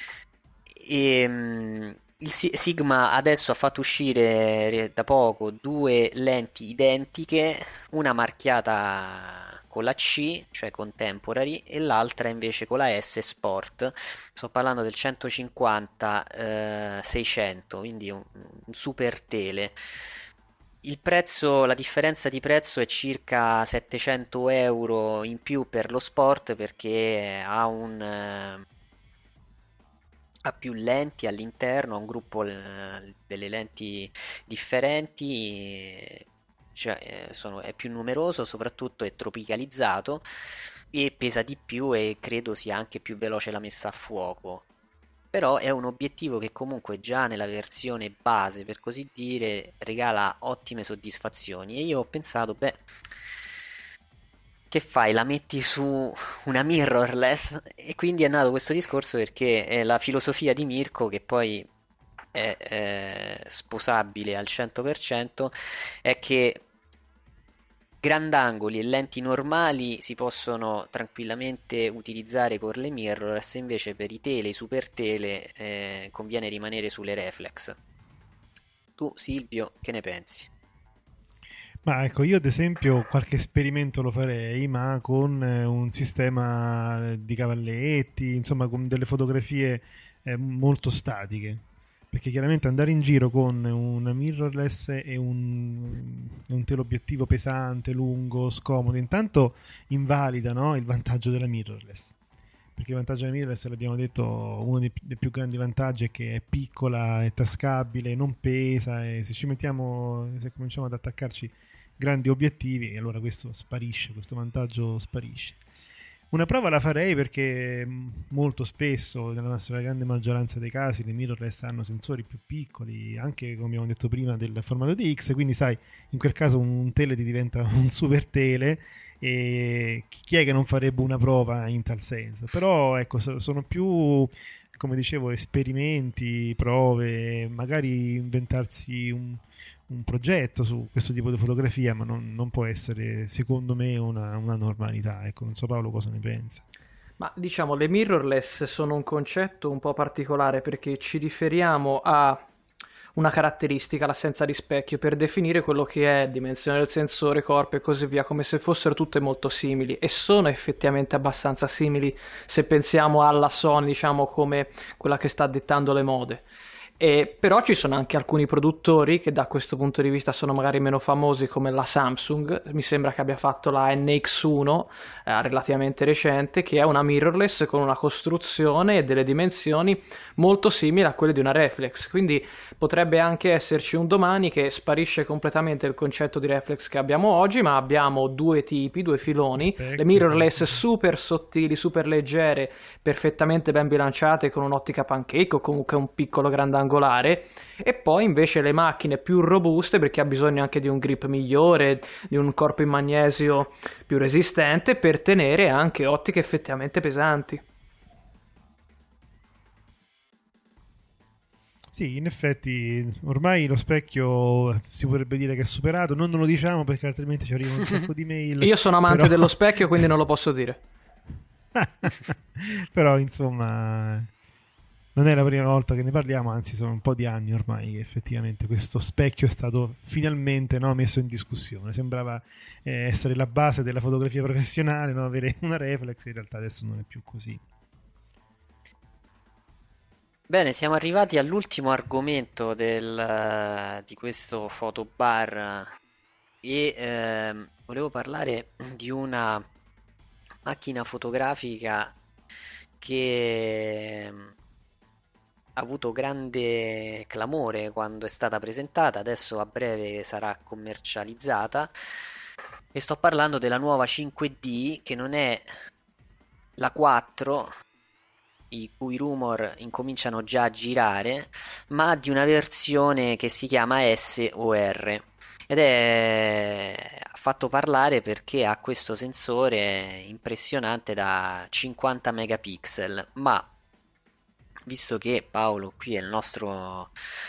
il Sigma adesso ha fatto uscire da poco 2 lenti identiche, una marchiata con la C, cioè Contemporary, e l'altra invece con la S, Sport. Sto parlando del 150-600, quindi un super tele. Il prezzo, la differenza di prezzo è circa 700 euro in più per lo Sport, perché ha più lenti all'interno, ha un gruppo delle lenti differenti, cioè è più numeroso, soprattutto è tropicalizzato e pesa di più, e credo sia anche più veloce la messa a fuoco. Però è un obiettivo che comunque già nella versione base, per così dire, regala ottime soddisfazioni, e io ho pensato, che fai? La metti su una mirrorless? E quindi è nato questo discorso, perché è la filosofia di Mirko, che poi è sposabile al 100%, è che grandangoli e lenti normali si possono tranquillamente utilizzare con le mirrorless, invece per i tele, i super tele, conviene rimanere sulle reflex. Tu, Silvio, che ne pensi? Ma ecco, io ad esempio qualche esperimento lo farei, ma con un sistema di cavalletti, insomma con delle fotografie molto statiche, perché chiaramente andare in giro con una mirrorless e un teleobiettivo pesante, lungo, scomodo, intanto invalida, no, il vantaggio della mirrorless, perché il vantaggio della mirrorless, l'abbiamo detto, uno dei più grandi vantaggi è che è piccola, è tascabile, non pesa, e se cominciamo ad attaccarci grandi obiettivi, allora questo vantaggio sparisce. Una prova la farei, perché molto spesso, nella grande maggioranza dei casi, le mirrorless hanno sensori più piccoli, anche come abbiamo detto prima del formato DX, quindi sai, in quel caso un tele ti diventa un super tele, e chi è che non farebbe una prova in tal senso? Però ecco, sono più, come dicevo, esperimenti, prove, magari inventarsi un progetto su questo tipo di fotografia, ma non può essere, secondo me, una normalità. Ecco, non so Paolo cosa ne pensa. Ma diciamo, le mirrorless sono un concetto un po' particolare, perché ci riferiamo a una caratteristica, l'assenza di specchio, per definire quello che è dimensione del sensore, corpo e così via, come se fossero tutte molto simili, e sono effettivamente abbastanza simili se pensiamo alla Sony, diciamo, come quella che sta dettando le mode. Però ci sono anche alcuni produttori che da questo punto di vista sono magari meno famosi, come la Samsung. Mi sembra che abbia fatto la NX1 relativamente recente, che è una mirrorless con una costruzione e delle dimensioni molto simili a quelle di una reflex, quindi potrebbe anche esserci un domani che sparisce completamente il concetto di reflex che abbiamo oggi, ma abbiamo due filoni, le mirrorless super sottili, super leggere, perfettamente ben bilanciate con un'ottica pancake o comunque un piccolo grandangolare, e poi invece le macchine più robuste, perché ha bisogno anche di un grip migliore, di un corpo in magnesio più resistente per tenere anche ottiche effettivamente pesanti. Sì, in effetti ormai lo specchio si potrebbe dire che è superato, non lo diciamo perché altrimenti ci arriva un sacco di mail. Io sono amante dello specchio, quindi non lo posso dire. Però insomma non è la prima volta che ne parliamo, anzi sono un po' di anni ormai che effettivamente questo specchio è stato finalmente, no, messo in discussione. Sembrava essere la base della fotografia professionale, no? Avere una reflex, in realtà adesso non è più così. Bene, siamo arrivati all'ultimo argomento di questo fotobar e volevo parlare di una macchina fotografica che ha avuto grande clamore quando è stata presentata, adesso a breve sarà commercializzata, e sto parlando della nuova 5D, che non è la 4, i cui rumor incominciano già a girare, ma di una versione che si chiama SOR, ed ha fatto parlare perché ha questo sensore impressionante da 50 megapixel, ma visto che Paolo qui è il nostro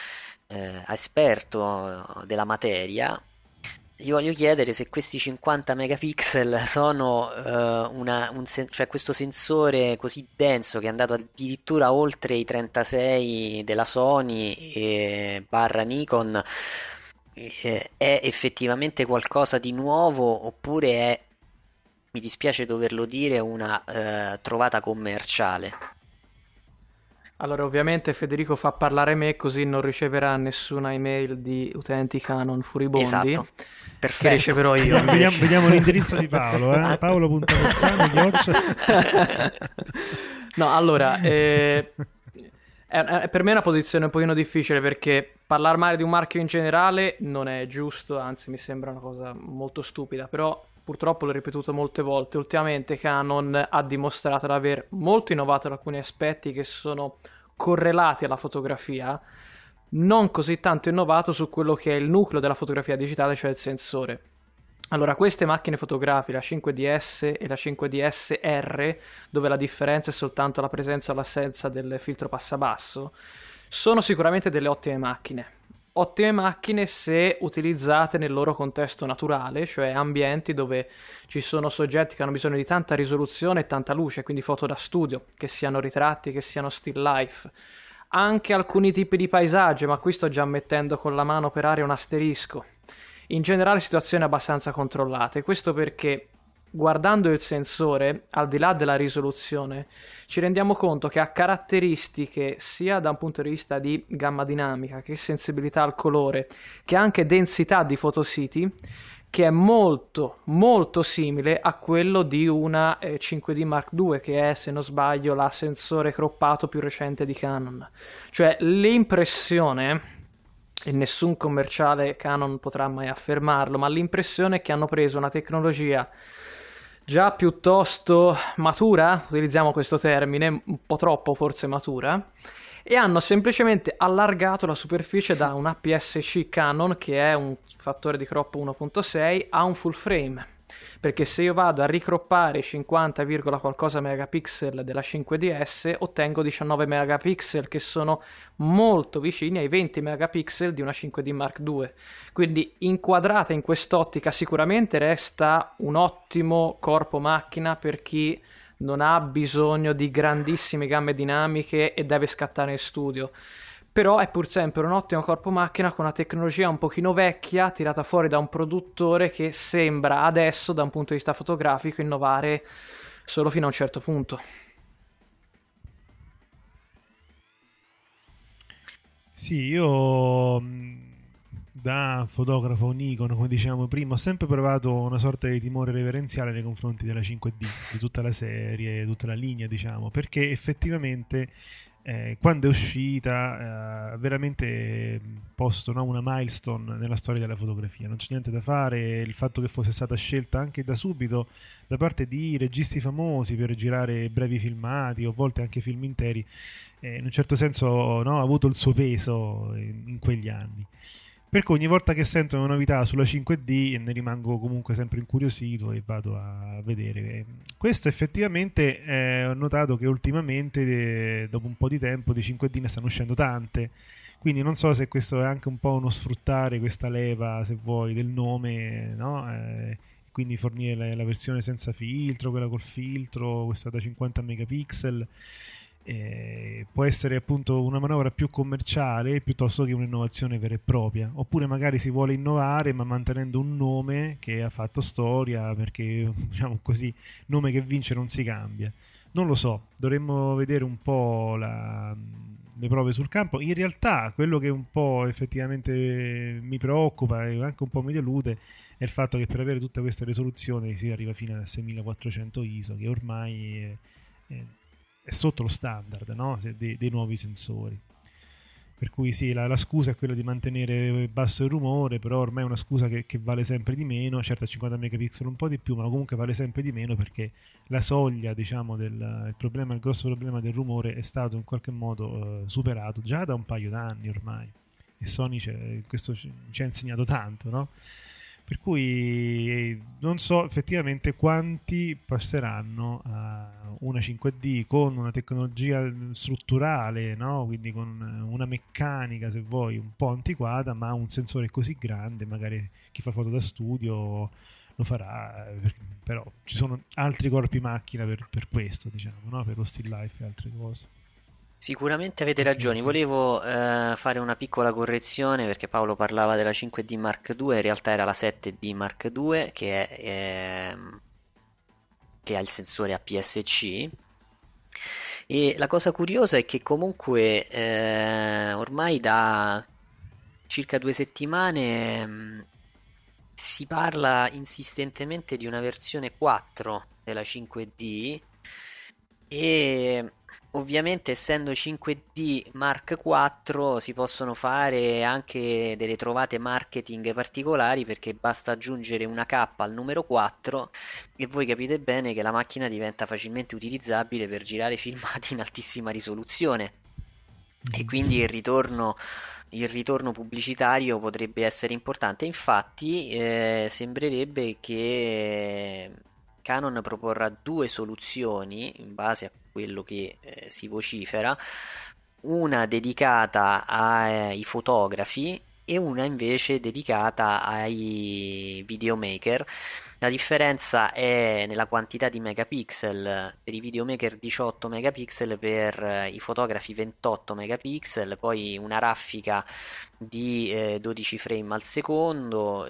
esperto della materia, gli voglio chiedere se questi 50 megapixel sono cioè questo sensore così denso che è andato addirittura oltre i 36 della Sony e barra Nikon, è effettivamente qualcosa di nuovo oppure è, mi dispiace doverlo dire, una trovata commerciale? Allora, ovviamente Federico fa parlare me, così non riceverà nessuna email di utenti Canon furibondi. Esatto, perfetto. Che riceverò io. Vediamo l'indirizzo di Paolo, Paolo.Pozzano. No, allora, per me è una posizione un pochino difficile, perché parlare male di un marchio in generale non è giusto, anzi mi sembra una cosa molto stupida, però purtroppo l'ho ripetuto molte volte, ultimamente Canon ha dimostrato di aver molto innovato in alcuni aspetti che sono correlati alla fotografia, non così tanto innovato su quello che è il nucleo della fotografia digitale, cioè il sensore. Allora, queste macchine fotografiche, la 5DS e la 5DSR, dove la differenza è soltanto la presenza o l'assenza del filtro passabasso, sono sicuramente delle ottime macchine. Ottime macchine se utilizzate nel loro contesto naturale, cioè ambienti dove ci sono soggetti che hanno bisogno di tanta risoluzione e tanta luce, quindi foto da studio, che siano ritratti, che siano still life. Anche alcuni tipi di paesaggi, ma qui sto già mettendo con la mano per aria un asterisco. In generale situazioni abbastanza controllate, questo perché guardando il sensore, al di là della risoluzione, ci rendiamo conto che ha caratteristiche sia da un punto di vista di gamma dinamica, che sensibilità al colore, che anche densità di photosity, che è molto molto simile a quello di una 5D Mark II, che è, se non sbaglio, la sensore croppato più recente di Canon. Cioè l'impressione, e nessun commerciale Canon potrà mai affermarlo, ma l'impressione è che hanno preso una tecnologia già piuttosto matura, utilizziamo questo termine, un po' troppo forse matura, e hanno semplicemente allargato la superficie da un APS-C Canon, che è un fattore di crop 1.6, a un full frame. Perché se io vado a ricroppare 50, qualcosa megapixel della 5DS, ottengo 19 megapixel, che sono molto vicini ai 20 megapixel di una 5D Mark II. Quindi inquadrata in quest'ottica sicuramente resta un ottimo corpo macchina per chi non ha bisogno di grandissime gamme dinamiche e deve scattare in studio. Però è pur sempre un ottimo corpo macchina con una tecnologia un pochino vecchia, tirata fuori da un produttore che sembra adesso, da un punto di vista fotografico, innovare solo fino a un certo punto. Sì, io da fotografo Nikon, come dicevamo prima, ho sempre provato una sorta di timore reverenziale nei confronti della 5D, di tutta la serie, tutta la linea, diciamo, perché effettivamente quando è uscita ha veramente posto, no, una milestone nella storia della fotografia. Non c'è niente da fare, il fatto che fosse stata scelta anche da subito da parte di registi famosi per girare brevi filmati o a volte anche film interi, in un certo senso, no, ha avuto il suo peso in quegli anni. Per cui ogni volta che sento una novità sulla 5D ne rimango comunque sempre incuriosito e vado a vedere. Questo effettivamente ho notato che ultimamente, dopo un po' di tempo, di 5D ne stanno uscendo tante. Quindi non so se questo è anche un po' uno sfruttare questa leva, se vuoi, del nome, no? Quindi fornire la versione senza filtro, quella col filtro, questa da 50 megapixel. Può essere appunto una manovra più commerciale piuttosto che un'innovazione vera e propria, oppure magari si vuole innovare ma mantenendo un nome che ha fatto storia, perché diciamo così, nome che vince non si cambia. Non lo so, dovremmo vedere un po' le prove sul campo. In realtà quello che un po' effettivamente mi preoccupa e anche un po' mi delude è il fatto che per avere tutta questa risoluzione si arriva fino a 6400 ISO, che ormai è sotto lo standard, no? dei nuovi sensori. Per cui sì, la scusa è quella di mantenere basso il rumore, però ormai è una scusa che vale sempre di meno. Certo, a 50 megapixel un po' di più, ma comunque vale sempre di meno, perché la soglia, diciamo, il grosso problema del rumore è stato in qualche modo superato già da un paio d'anni ormai, e Sony questo ci ha insegnato tanto, no? Per cui non so effettivamente quanti passeranno a una 5D con una tecnologia strutturale, no? Quindi con una meccanica, se vuoi, un po' antiquata, ma un sensore così grande. Magari chi fa foto da studio lo farà, però ci sono altri corpi macchina per questo, diciamo, no? Per lo still life e altre cose. Sicuramente avete ragione, volevo fare una piccola correzione, perché Paolo parlava della 5D Mark II, in realtà era la 7D Mark II che ha il sensore APS-C. E la cosa curiosa è che comunque ormai da circa 2 settimane si parla insistentemente di una versione 4 della 5D, e ovviamente essendo 5D Mark IV si possono fare anche delle trovate marketing particolari, perché basta aggiungere una K al numero 4 e voi capite bene che la macchina diventa facilmente utilizzabile per girare filmati in altissima risoluzione, e quindi il ritorno pubblicitario potrebbe essere importante. Infatti sembrerebbe che Canon proporrà 2 soluzioni in base a quello che si vocifera, una dedicata ai fotografi e una invece dedicata ai videomaker. La differenza è nella quantità di megapixel: per i videomaker 18 megapixel, per i fotografi 28 megapixel, poi una raffica di 12 frame al secondo.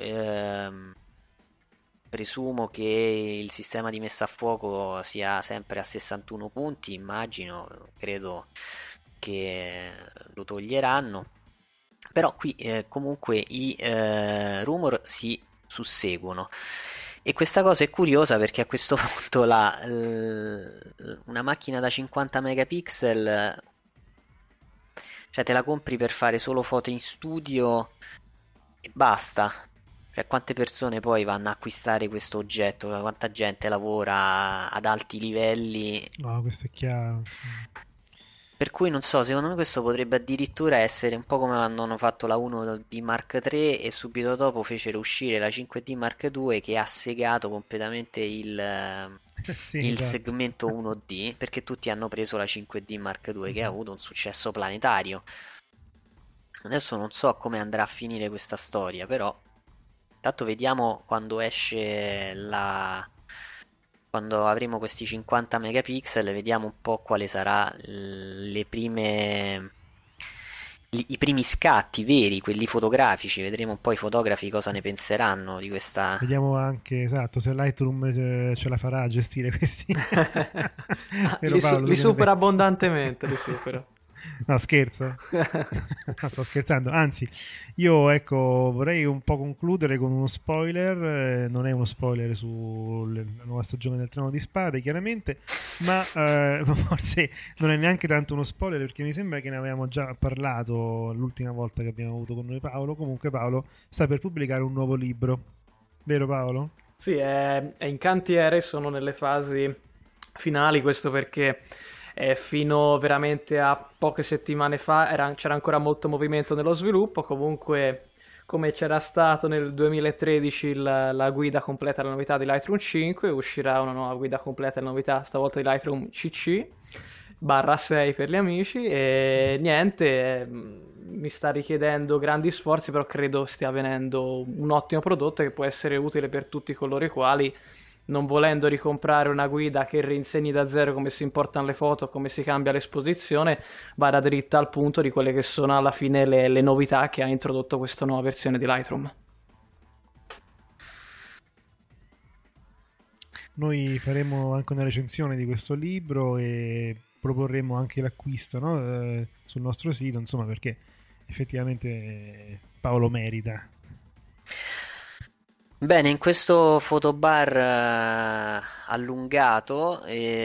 Presumo che il sistema di messa a fuoco sia sempre a 61 punti, immagino, credo che lo toglieranno, però qui comunque i rumor si susseguono, e questa cosa è curiosa perché a questo punto una macchina da 50 megapixel, cioè te la compri per fare solo foto in studio e basta. Cioè, quante persone poi vanno a acquistare questo oggetto? Quanta gente lavora ad alti livelli? No, questo è chiaro. Sì. Per cui non so, secondo me questo potrebbe addirittura essere un po' come quando hanno fatto la 1D Mark III e subito dopo fecero uscire la 5D Mark II, che ha segato completamente il esatto, segmento 1D, perché tutti hanno preso la 5D Mark II che ha avuto un successo planetario. Adesso non so come andrà a finire questa storia, però intanto vediamo quando esce quando avremo questi 50 megapixel, vediamo un po' quale sarà i primi scatti veri, quelli fotografici. Vedremo un po' i fotografi cosa ne penseranno di questa. Vediamo anche, esatto, se Lightroom ce la farà a gestire questi. Li supera abbondantemente, li supera. No, scherzo. No, sto scherzando. Anzi, io vorrei un po' concludere con uno spoiler. Non è uno spoiler sulla nuova stagione del Trono di Spade, chiaramente, ma forse non è neanche tanto uno spoiler, perché mi sembra che ne avevamo già parlato l'ultima volta che abbiamo avuto con noi Paolo. Comunque Paolo sta per pubblicare un nuovo libro. Vero Paolo? Sì, è in cantiere, sono nelle fasi finali, questo perché fino veramente a poche settimane fa c'era ancora molto movimento nello sviluppo. Comunque, come c'era stato nel 2013 la guida completa delle novità di Lightroom 5, uscirà una nuova guida completa delle novità, stavolta di Lightroom CC/6 per gli amici, e niente, mi sta richiedendo grandi sforzi, però credo stia avvenendo un ottimo prodotto che può essere utile per tutti coloro i quali, non volendo ricomprare una guida che rinsegni da zero come si importano le foto, come si cambia l'esposizione, vada dritta al punto di quelle che sono alla fine le novità che ha introdotto questa nuova versione di Lightroom. Noi faremo anche una recensione di questo libro e proporremo anche l'acquisto, no? Sul nostro sito, insomma, perché effettivamente Paolo merita. Bene, in questo fotobar allungato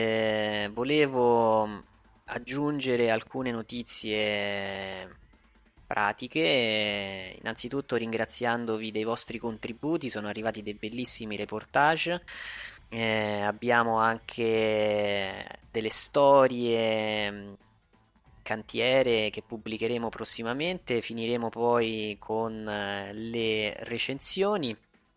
volevo aggiungere alcune notizie pratiche. Innanzitutto ringraziandovi dei vostri contributi, sono arrivati dei bellissimi reportage. Abbiamo anche delle storie cantiere che pubblicheremo prossimamente. Finiremo poi con le recensioni.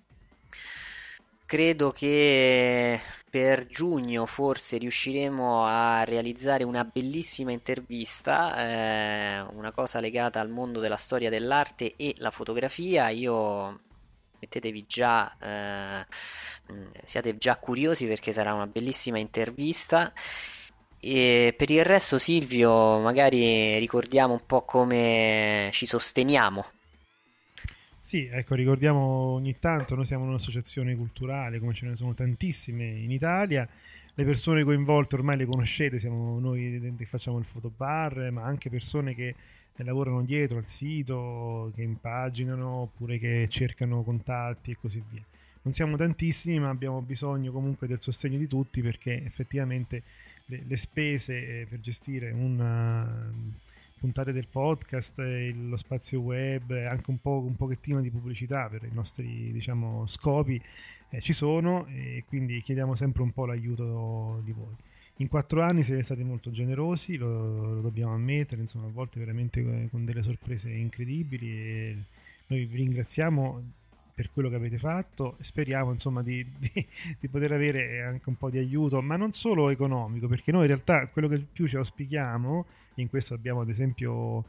Credo che per giugno forse riusciremo a realizzare una bellissima intervista, una cosa legata al mondo della storia dell'arte e la fotografia. Io mettetevi già, siate già curiosi, perché sarà una bellissima intervista. E per il resto, Silvio, magari ricordiamo un po' come ci sosteniamo. Sì, ecco, ricordiamo ogni tanto, noi siamo un'associazione culturale, come ce ne sono tantissime in Italia. Le persone coinvolte ormai le conoscete, siamo noi che facciamo il fotobar, ma anche persone che lavorano dietro al sito, che impaginano oppure che cercano contatti e così via. Non siamo tantissimi, ma abbiamo bisogno comunque del sostegno di tutti, perché effettivamente le spese per gestire una puntate del podcast, lo spazio web, anche un pochettino di pubblicità per i nostri, diciamo, scopi ci sono, e quindi chiediamo sempre un po' l'aiuto di voi. In 4 anni siete stati molto generosi, lo dobbiamo ammettere, insomma, a volte veramente con delle sorprese incredibili, e noi vi ringraziamo per quello che avete fatto. Speriamo, insomma, di poter avere anche un po' di aiuto, ma non solo economico, perché noi in realtà quello che più ci auspichiamo, e in questo abbiamo ad esempio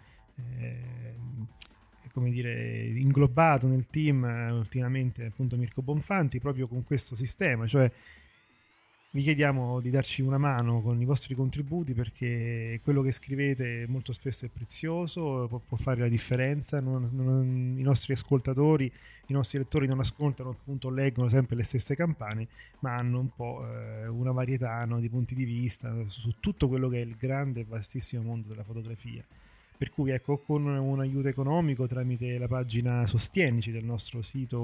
come dire, inglobato nel team ultimamente appunto Mirko Bonfanti, proprio con questo sistema, cioè vi chiediamo di darci una mano con i vostri contributi, perché quello che scrivete molto spesso è prezioso, può fare la differenza. I nostri ascoltatori, i nostri lettori non ascoltano, appunto, leggono sempre le stesse campane, ma hanno un po' una varietà, no, di punti di vista su tutto quello che è il grande e vastissimo mondo della fotografia. Per cui, ecco, con un aiuto economico tramite la pagina Sostienici del nostro sito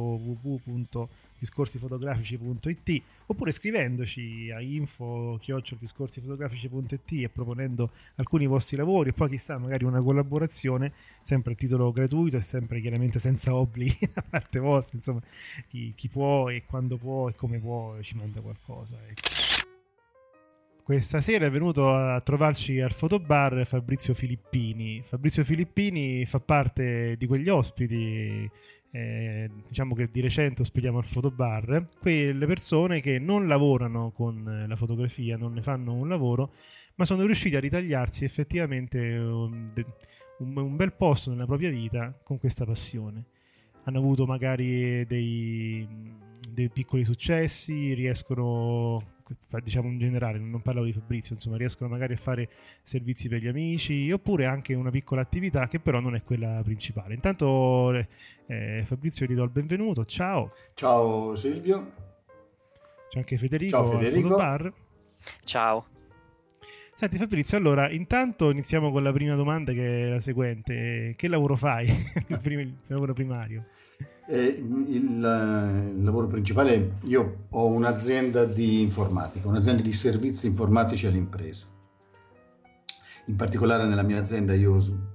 www.discorsifotografici.it, oppure scrivendoci a info@discorsifotografici.it e proponendo alcuni vostri lavori, e poi chissà, magari una collaborazione, sempre a titolo gratuito e sempre chiaramente senza obblighi da parte vostra. Insomma, chi può e quando può e come può ci manda qualcosa, ecco. Questa sera è venuto a trovarci al fotobar Fabrizio Filippini. Fabrizio Filippini fa parte di quegli ospiti, diciamo, che di recente ospitiamo al fotobar, quelle persone che non lavorano con la fotografia, non ne fanno un lavoro, ma sono riusciti a ritagliarsi effettivamente un bel posto nella propria vita con questa passione. Hanno avuto magari dei piccoli successi, riescono, diciamo in generale, non parlo di Fabrizio, insomma, riescono magari a fare servizi per gli amici, oppure anche una piccola attività che però non è quella principale. Intanto Fabrizio, ti do il benvenuto. Ciao. Ciao Silvio. C'è anche Federico. Ciao Federico. Ciao. Senti Fabrizio, allora intanto iniziamo con la prima domanda, che è la seguente: che lavoro fai? Il lavoro primario. Il lavoro principale, io ho un'azienda di informatica, un'azienda di servizi informatici alle imprese. In particolare nella mia azienda io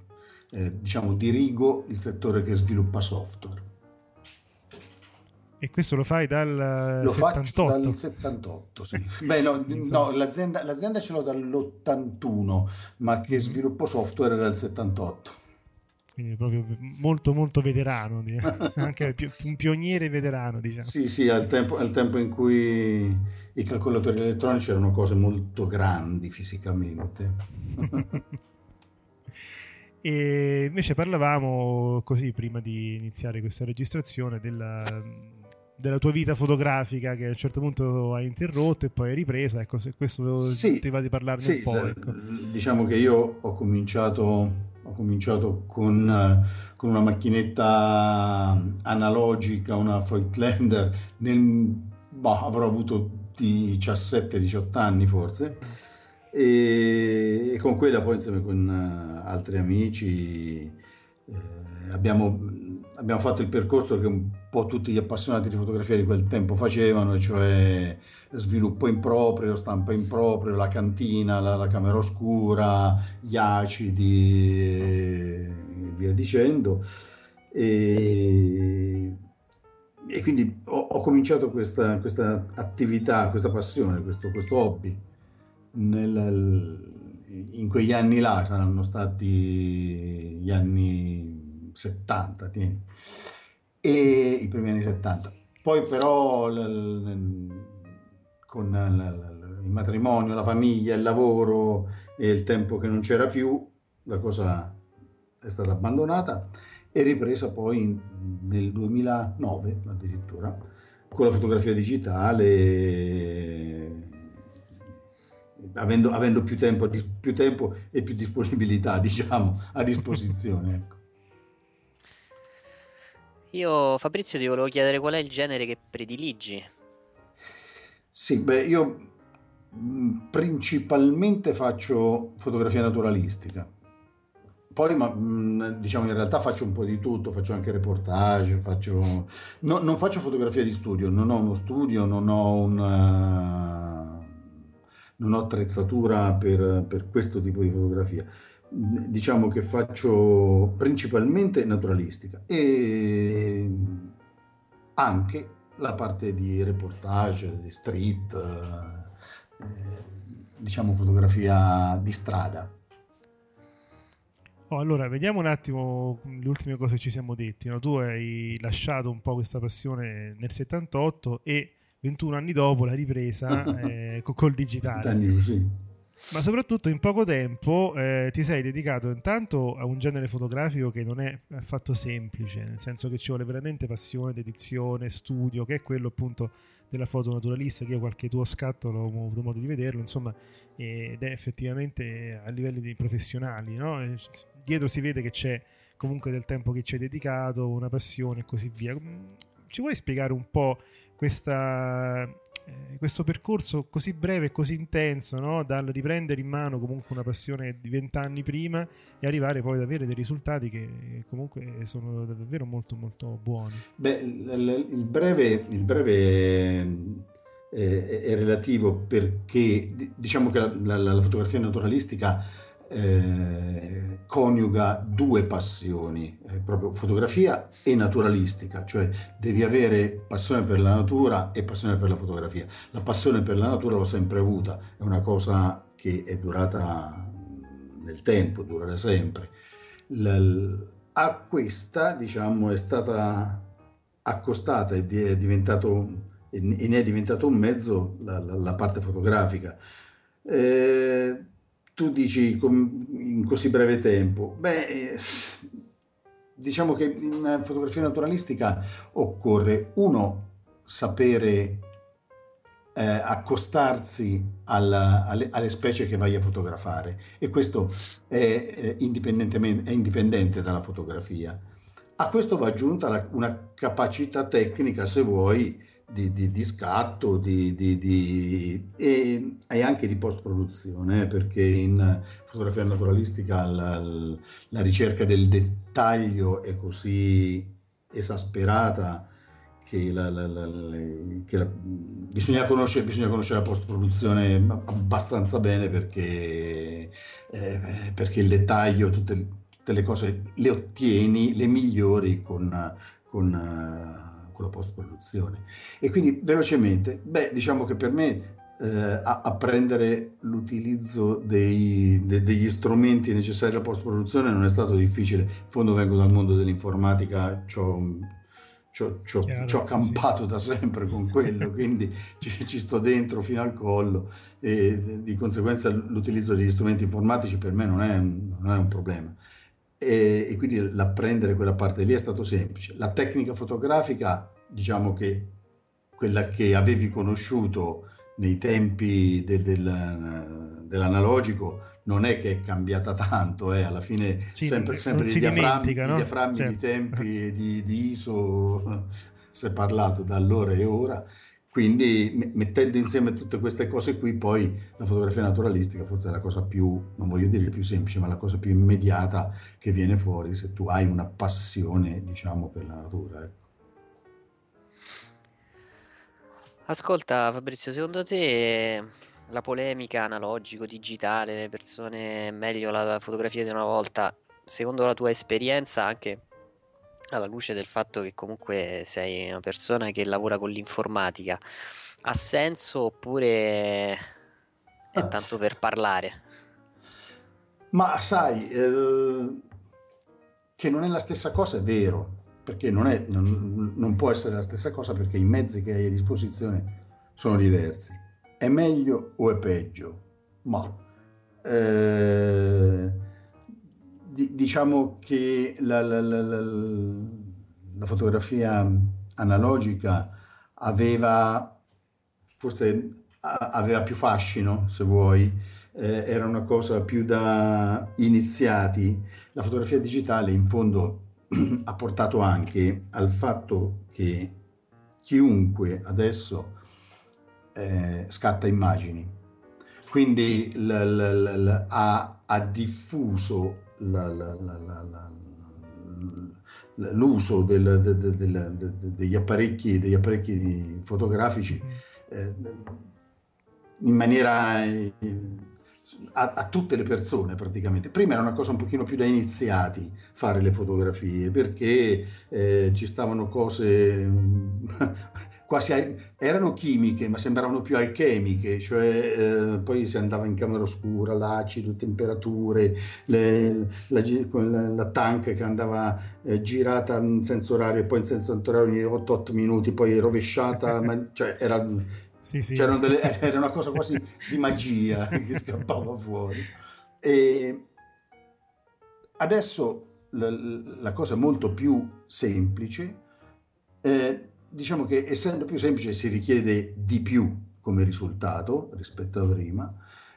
dirigo il settore che sviluppa software. E questo lo fai dal Lo 78? faccio dal 78, sì. Beh, no, l'azienda ce l'ho dall'81, ma che sviluppo software era dal 78. Quindi proprio molto molto veterano, anche un pioniere veterano, diciamo. Sì, al tempo in cui i calcolatori elettronici erano cose molto grandi fisicamente. E invece parlavamo così prima di iniziare questa registrazione della tua vita fotografica, che a un certo punto hai interrotto e poi hai ripreso. Ecco, se questo ti va di parlarne un po'. Ecco. Diciamo che io ho cominciato con una macchinetta analogica, una Voigtlander, avrò avuto 17-18 anni forse, e con quella poi insieme con altri amici abbiamo fatto il percorso che un po' tutti gli appassionati di fotografia di quel tempo facevano, e cioè sviluppo in proprio, stampa in proprio, la cantina, la camera oscura, gli acidi e via dicendo. E quindi ho cominciato questa attività, questa passione, questo hobby in quegli anni là. Saranno stati gli anni 70, e i primi anni 70. Poi però con il matrimonio, la famiglia, il lavoro e il tempo che non c'era più, la cosa è stata abbandonata e ripresa poi nel 2009 addirittura con la fotografia digitale, avendo più tempo e più disponibilità, diciamo, a disposizione, ecco. Io, Fabrizio, ti volevo chiedere qual è il genere che prediligi. Sì, io principalmente faccio fotografia naturalistica. Poi, diciamo, in realtà faccio un po' di tutto, faccio anche reportage, non faccio fotografia di studio, non ho uno studio, non ho attrezzatura per questo tipo di fotografia. Diciamo che faccio principalmente naturalistica e anche la parte di reportage, di street, diciamo fotografia di strada. Allora, vediamo un attimo le ultime cose che ci siamo detti, no? Tu hai lasciato un po' questa passione nel 78 e 21 anni dopo l'hai ripresa col digitale. Sì. Ma soprattutto in poco tempo ti sei dedicato intanto a un genere fotografico che non è affatto semplice, nel senso che ci vuole veramente passione, dedizione, studio, che è quello appunto della foto naturalista, che io qualche tuo scatto l'ho avuto modo di vederlo, insomma, ed è effettivamente a livelli professionali, no? Dietro si vede che c'è comunque del tempo che ci hai dedicato, una passione e così via. Ci vuoi spiegare un po' questo percorso così breve e così intenso, no? Dal riprendere in mano comunque una passione di 20 anni prima e arrivare poi ad avere dei risultati che comunque sono davvero molto molto buoni. Il breve è relativo, perché diciamo che la fotografia naturalistica coniuga due passioni, proprio fotografia e naturalistica, cioè devi avere passione per la natura e passione per la fotografia. La passione per la natura l'ho sempre avuta, è una cosa che è durata nel tempo, durerà sempre. A questa, diciamo, è stata accostata e ne è diventato un mezzo la parte fotografica. Tu dici in così breve tempo. Diciamo che in fotografia naturalistica occorre sapere accostarsi alle specie che vai a fotografare, e questo è indipendente dalla fotografia. A questo va aggiunta una capacità tecnica, se vuoi, di scatto, e anche di post-produzione, perché in fotografia naturalistica la ricerca del dettaglio è così esasperata che bisogna conoscere la post-produzione abbastanza bene, perché il dettaglio, tutte le cose le ottieni, le migliori con la post-produzione. E quindi velocemente, diciamo che per me apprendere l'utilizzo degli strumenti necessari alla post-produzione non è stato difficile. In fondo vengo dal mondo dell'informatica, ci ho campato da sempre con quello, quindi ci sto dentro fino al collo, e di conseguenza l'utilizzo degli strumenti informatici per me non è un problema. E quindi l'apprendere quella parte lì è stato semplice. La tecnica fotografica, diciamo che quella che avevi conosciuto nei tempi dell'analogico non è che è cambiata tanto, alla fine sempre i diaframmi di tempi di ISO si è parlato da allora e ora. Quindi mettendo insieme tutte queste cose qui, poi la fotografia naturalistica forse è la cosa più, non voglio dire più semplice, ma la cosa più immediata che viene fuori se tu hai una passione, diciamo, per la natura. Ecco. Ascolta Fabrizio, secondo te la polemica analogico-digitale, le persone meglio la fotografia di una volta, secondo la tua esperienza, anche alla luce del fatto che comunque sei una persona che lavora con l'informatica, ha senso oppure è tanto per parlare? Ma sai, che non è la stessa cosa è vero, perché non può essere la stessa cosa, perché i mezzi che hai a disposizione sono diversi. È meglio o è peggio? Ma diciamo che la fotografia analogica aveva più fascino, se vuoi, era una cosa più da iniziati. La fotografia digitale in fondo ha portato anche al fatto che chiunque adesso scatta immagini, quindi ha diffuso l'uso degli apparecchi fotografici in maniera a tutte le persone praticamente. Prima era una cosa un pochino più da iniziati fare le fotografie, perché ci stavano cose quasi erano chimiche, ma sembravano più alchemiche, cioè poi si andava in camera oscura, l'acido, le temperature, la tank che andava girata in senso orario e poi in senso antiorario ogni 8 minuti, poi rovesciata, cioè era... Sì. Era una cosa quasi di magia che scappava fuori. E adesso la cosa è molto più semplice, diciamo che essendo più semplice si richiede di più come risultato rispetto a prima,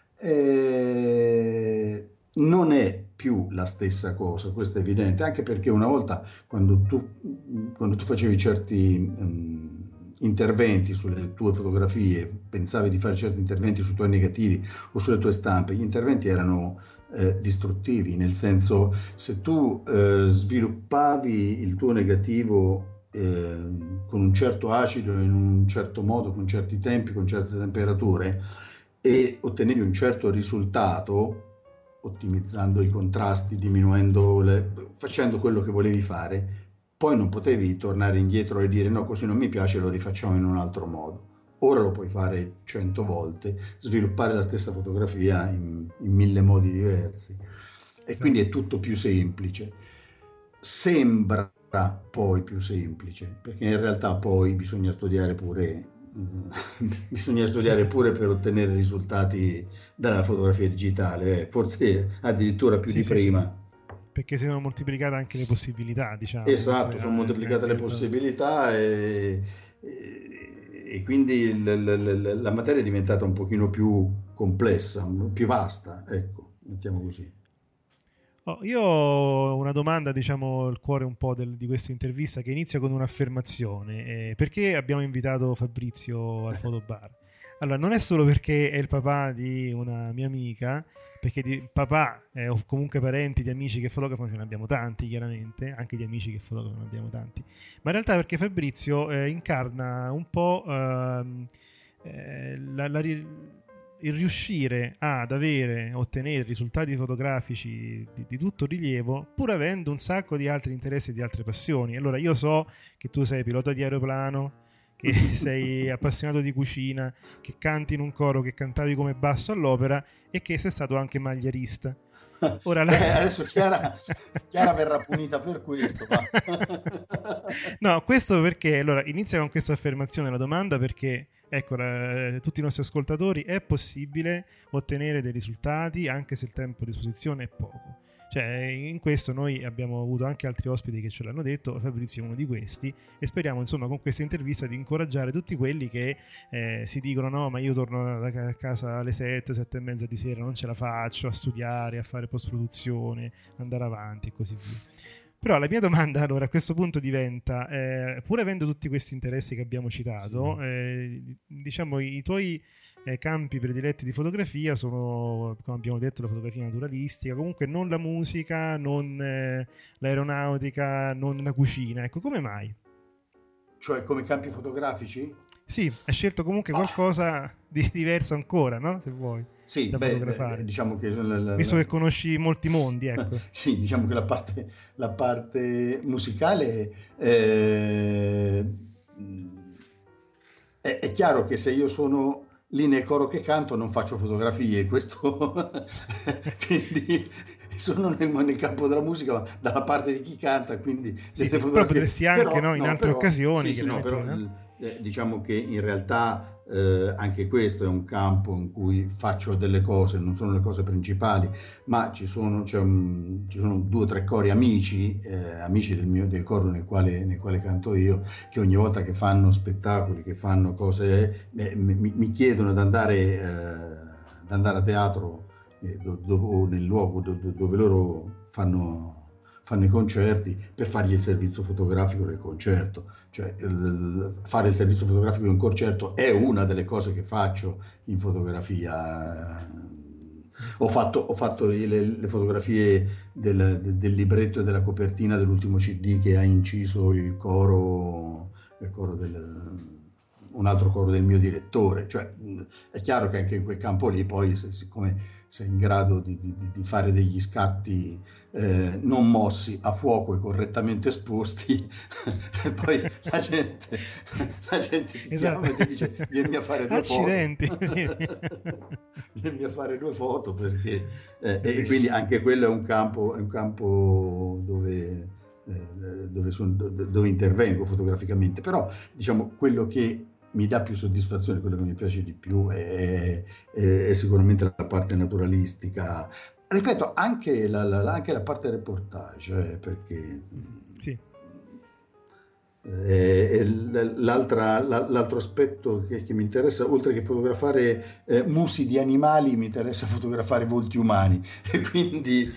non è più la stessa cosa, questo è evidente, anche perché una volta quando tu facevi certi interventi sulle tue fotografie, pensavi di fare certi interventi sui tuoi negativi o sulle tue stampe, gli interventi erano distruttivi, nel senso, se tu sviluppavi il tuo negativo con un certo acido, in un certo modo, con certi tempi, con certe temperature, e ottenevi un certo risultato, ottimizzando i contrasti, facendo quello che volevi fare, poi non potevi tornare indietro e dire no, così non mi piace, lo rifacciamo in un altro modo. Ora lo puoi fare 100 volte, sviluppare la stessa fotografia in 1000 modi diversi, e quindi è tutto più semplice. Sembra poi più semplice, perché in realtà poi bisogna studiare pure per ottenere risultati dalla fotografia digitale, forse addirittura più di prima. Sì. Perché si sono moltiplicate anche le possibilità, diciamo. Esatto, sono moltiplicate le possibilità e quindi la materia è diventata un pochino più complessa, più vasta, ecco, mettiamo così. Io ho una domanda, diciamo, il cuore un po' di questa intervista, che inizia con un'affermazione. Perché abbiamo invitato Fabrizio al Fotobar? Allora, non è solo perché è il papà di una mia amica, perché di papà o comunque parenti di amici che fotografano ce ne abbiamo tanti, chiaramente, anche di amici che fotografano ne abbiamo tanti, ma in realtà perché Fabrizio incarna un po' il riuscire ad ottenere risultati fotografici di tutto rilievo, pur avendo un sacco di altri interessi e di altre passioni. Allora, io so che tu sei pilota di aeroplano, che sei appassionato di cucina, che canti in un coro, che cantavi come basso all'opera e che sei stato anche maglierista. Ora adesso Chiara verrà punita per questo. No, questo perché, allora, inizia con questa affermazione la domanda, perché ecco, tutti i nostri ascoltatori, è possibile ottenere dei risultati anche se il tempo a disposizione è poco. Cioè, in questo noi abbiamo avuto anche altri ospiti che ce l'hanno detto, Fabrizio è uno di questi, e speriamo, insomma, con questa intervista di incoraggiare tutti quelli che si dicono: no, ma io torno a casa alle 7, 7 e mezza di sera, non ce la faccio a studiare, a fare post-produzione, andare avanti e così via. Però la mia domanda, allora, a questo punto diventa, pur avendo tutti questi interessi che abbiamo citato, diciamo, i tuoi campi prediletti di fotografia sono, come abbiamo detto, la fotografia naturalistica, comunque non la musica, non l'aeronautica, non la cucina. Ecco, come mai? Cioè, come campi fotografici? Sì, hai scelto comunque qualcosa di diverso ancora, no? Se vuoi. Sì, fotografare. Diciamo che visto che conosci molti mondi, ecco. Sì, diciamo che la parte musicale è chiaro che se io sono lì nel coro che canto non faccio fotografie, questo quindi sono nel campo della musica, dalla parte di chi canta, quindi sì, però potresti anche, no, in altre occasioni. Sì, no, però diciamo che in realtà anche questo è un campo in cui faccio delle cose, non sono le cose principali, ma ci sono 2 o 3 cori amici del coro nel quale canto io, che ogni volta che fanno spettacoli, che fanno cose, mi chiedono di andare a teatro o nel luogo dove loro fanno i concerti, per fargli il servizio fotografico del concerto. Cioè, fare il servizio fotografico di un concerto è una delle cose che faccio in fotografia. Ho fatto le fotografie del libretto e della copertina dell'ultimo CD che ha inciso un altro coro del mio direttore. Cioè, è chiaro che anche in quel campo lì, poi, siccome sei in grado di fare degli scatti non mossi, a fuoco e correttamente esposti, poi la gente ti chiama e ti dice: vieni a fare 2 foto. Vieni a fare 2 foto, perché e quindi anche quello è un campo dove intervengo fotograficamente. Però, diciamo, quello che mi dà più soddisfazione, quello che mi piace di più è sicuramente la parte naturalistica. Ripeto, anche la parte reportage, perché sì. L'altro aspetto che mi interessa, oltre che fotografare musi di animali, mi interessa fotografare volti umani, e quindi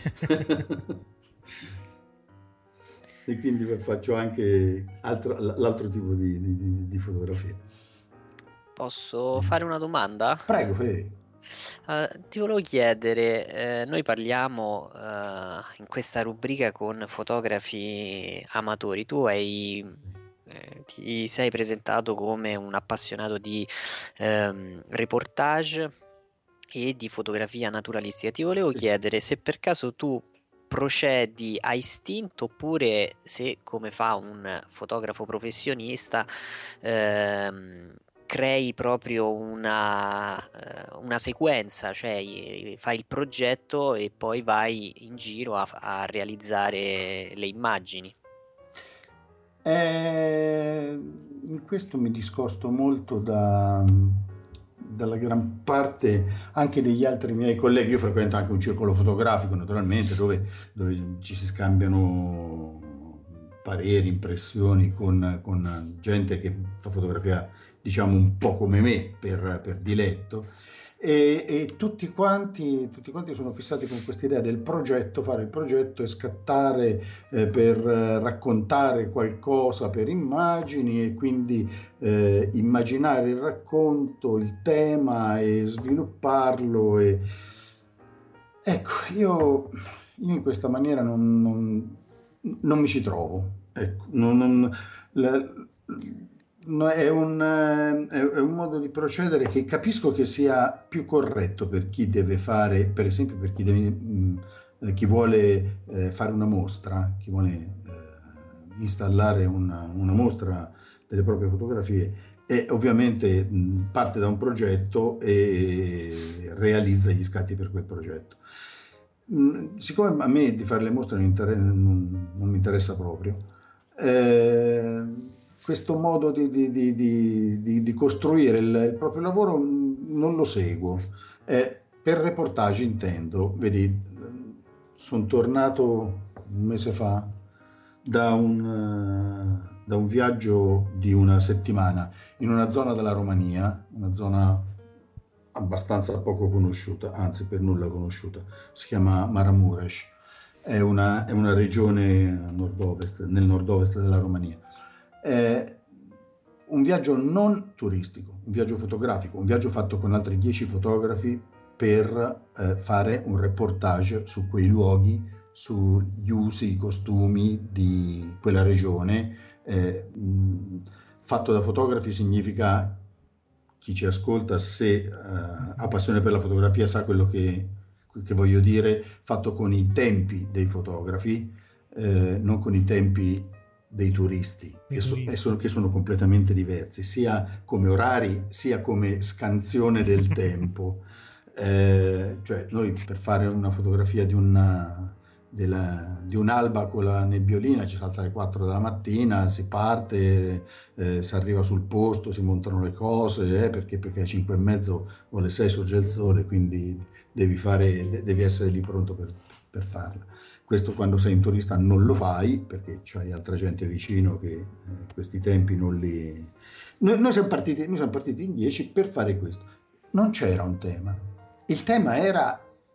faccio anche l'altro tipo di fotografia. Posso fare una domanda? Prego, Fede. Ti volevo chiedere, noi parliamo in questa rubrica con fotografi amatori. Tu ti sei presentato come un appassionato di reportage e di fotografia naturalistica. Ti volevo chiedere se per caso tu procedi a istinto, oppure se, come fa un fotografo professionista, crei proprio una sequenza, cioè fai il progetto e poi vai in giro a realizzare le immagini. In questo mi discosto molto dalla gran parte anche degli altri miei colleghi. Io frequento anche un circolo fotografico, naturalmente, dove ci si scambiano pareri, impressioni con gente che fa fotografia, diciamo, un po' come me, per diletto. e tutti quanti sono fissati con questa idea del progetto, fare il progetto e scattare per raccontare qualcosa per immagini, e quindi immaginare il racconto, il tema e svilupparlo. Ecco, io in questa maniera non mi ci trovo. Ecco, è un modo di procedere che capisco che sia più corretto per chi deve fare, per esempio per chi vuole fare una mostra, chi vuole installare una mostra delle proprie fotografie, e ovviamente parte da un progetto e realizza gli scatti per quel progetto. Siccome a me di fare le mostre non mi interessa proprio, questo modo di costruire il proprio lavoro non lo seguo. Per reportage intendo, vedi, sono tornato un mese fa da un viaggio di una settimana in una zona della Romania, una zona abbastanza poco conosciuta, anzi per nulla conosciuta, si chiama Maramuresh, è una regione nel nord-ovest della Romania. Un viaggio non turistico, un viaggio fotografico, un viaggio fatto con altri 10 fotografi per fare un reportage su quei luoghi, sugli usi, i costumi di quella regione. Fatto da fotografi significa, chi ci ascolta, se ha passione per la fotografia sa quello che voglio dire, fatto con i tempi dei fotografi, non con i tempi dei turisti, che sono completamente diversi, sia come orari sia come scansione del tempo. Cioè noi per fare una fotografia di un'alba con la nebbiolina ci si alza alle 4 della mattina, si parte, si arriva sul posto, si montano le cose, perché alle 5 e mezzo o alle 6 sorge il sole, quindi devi essere lì pronto per farla. Questo quando sei in turista non lo fai, perché c'hai altra gente vicino che questi tempi non li... Noi siamo partiti in 10 per fare questo. Non c'era un tema. Il tema era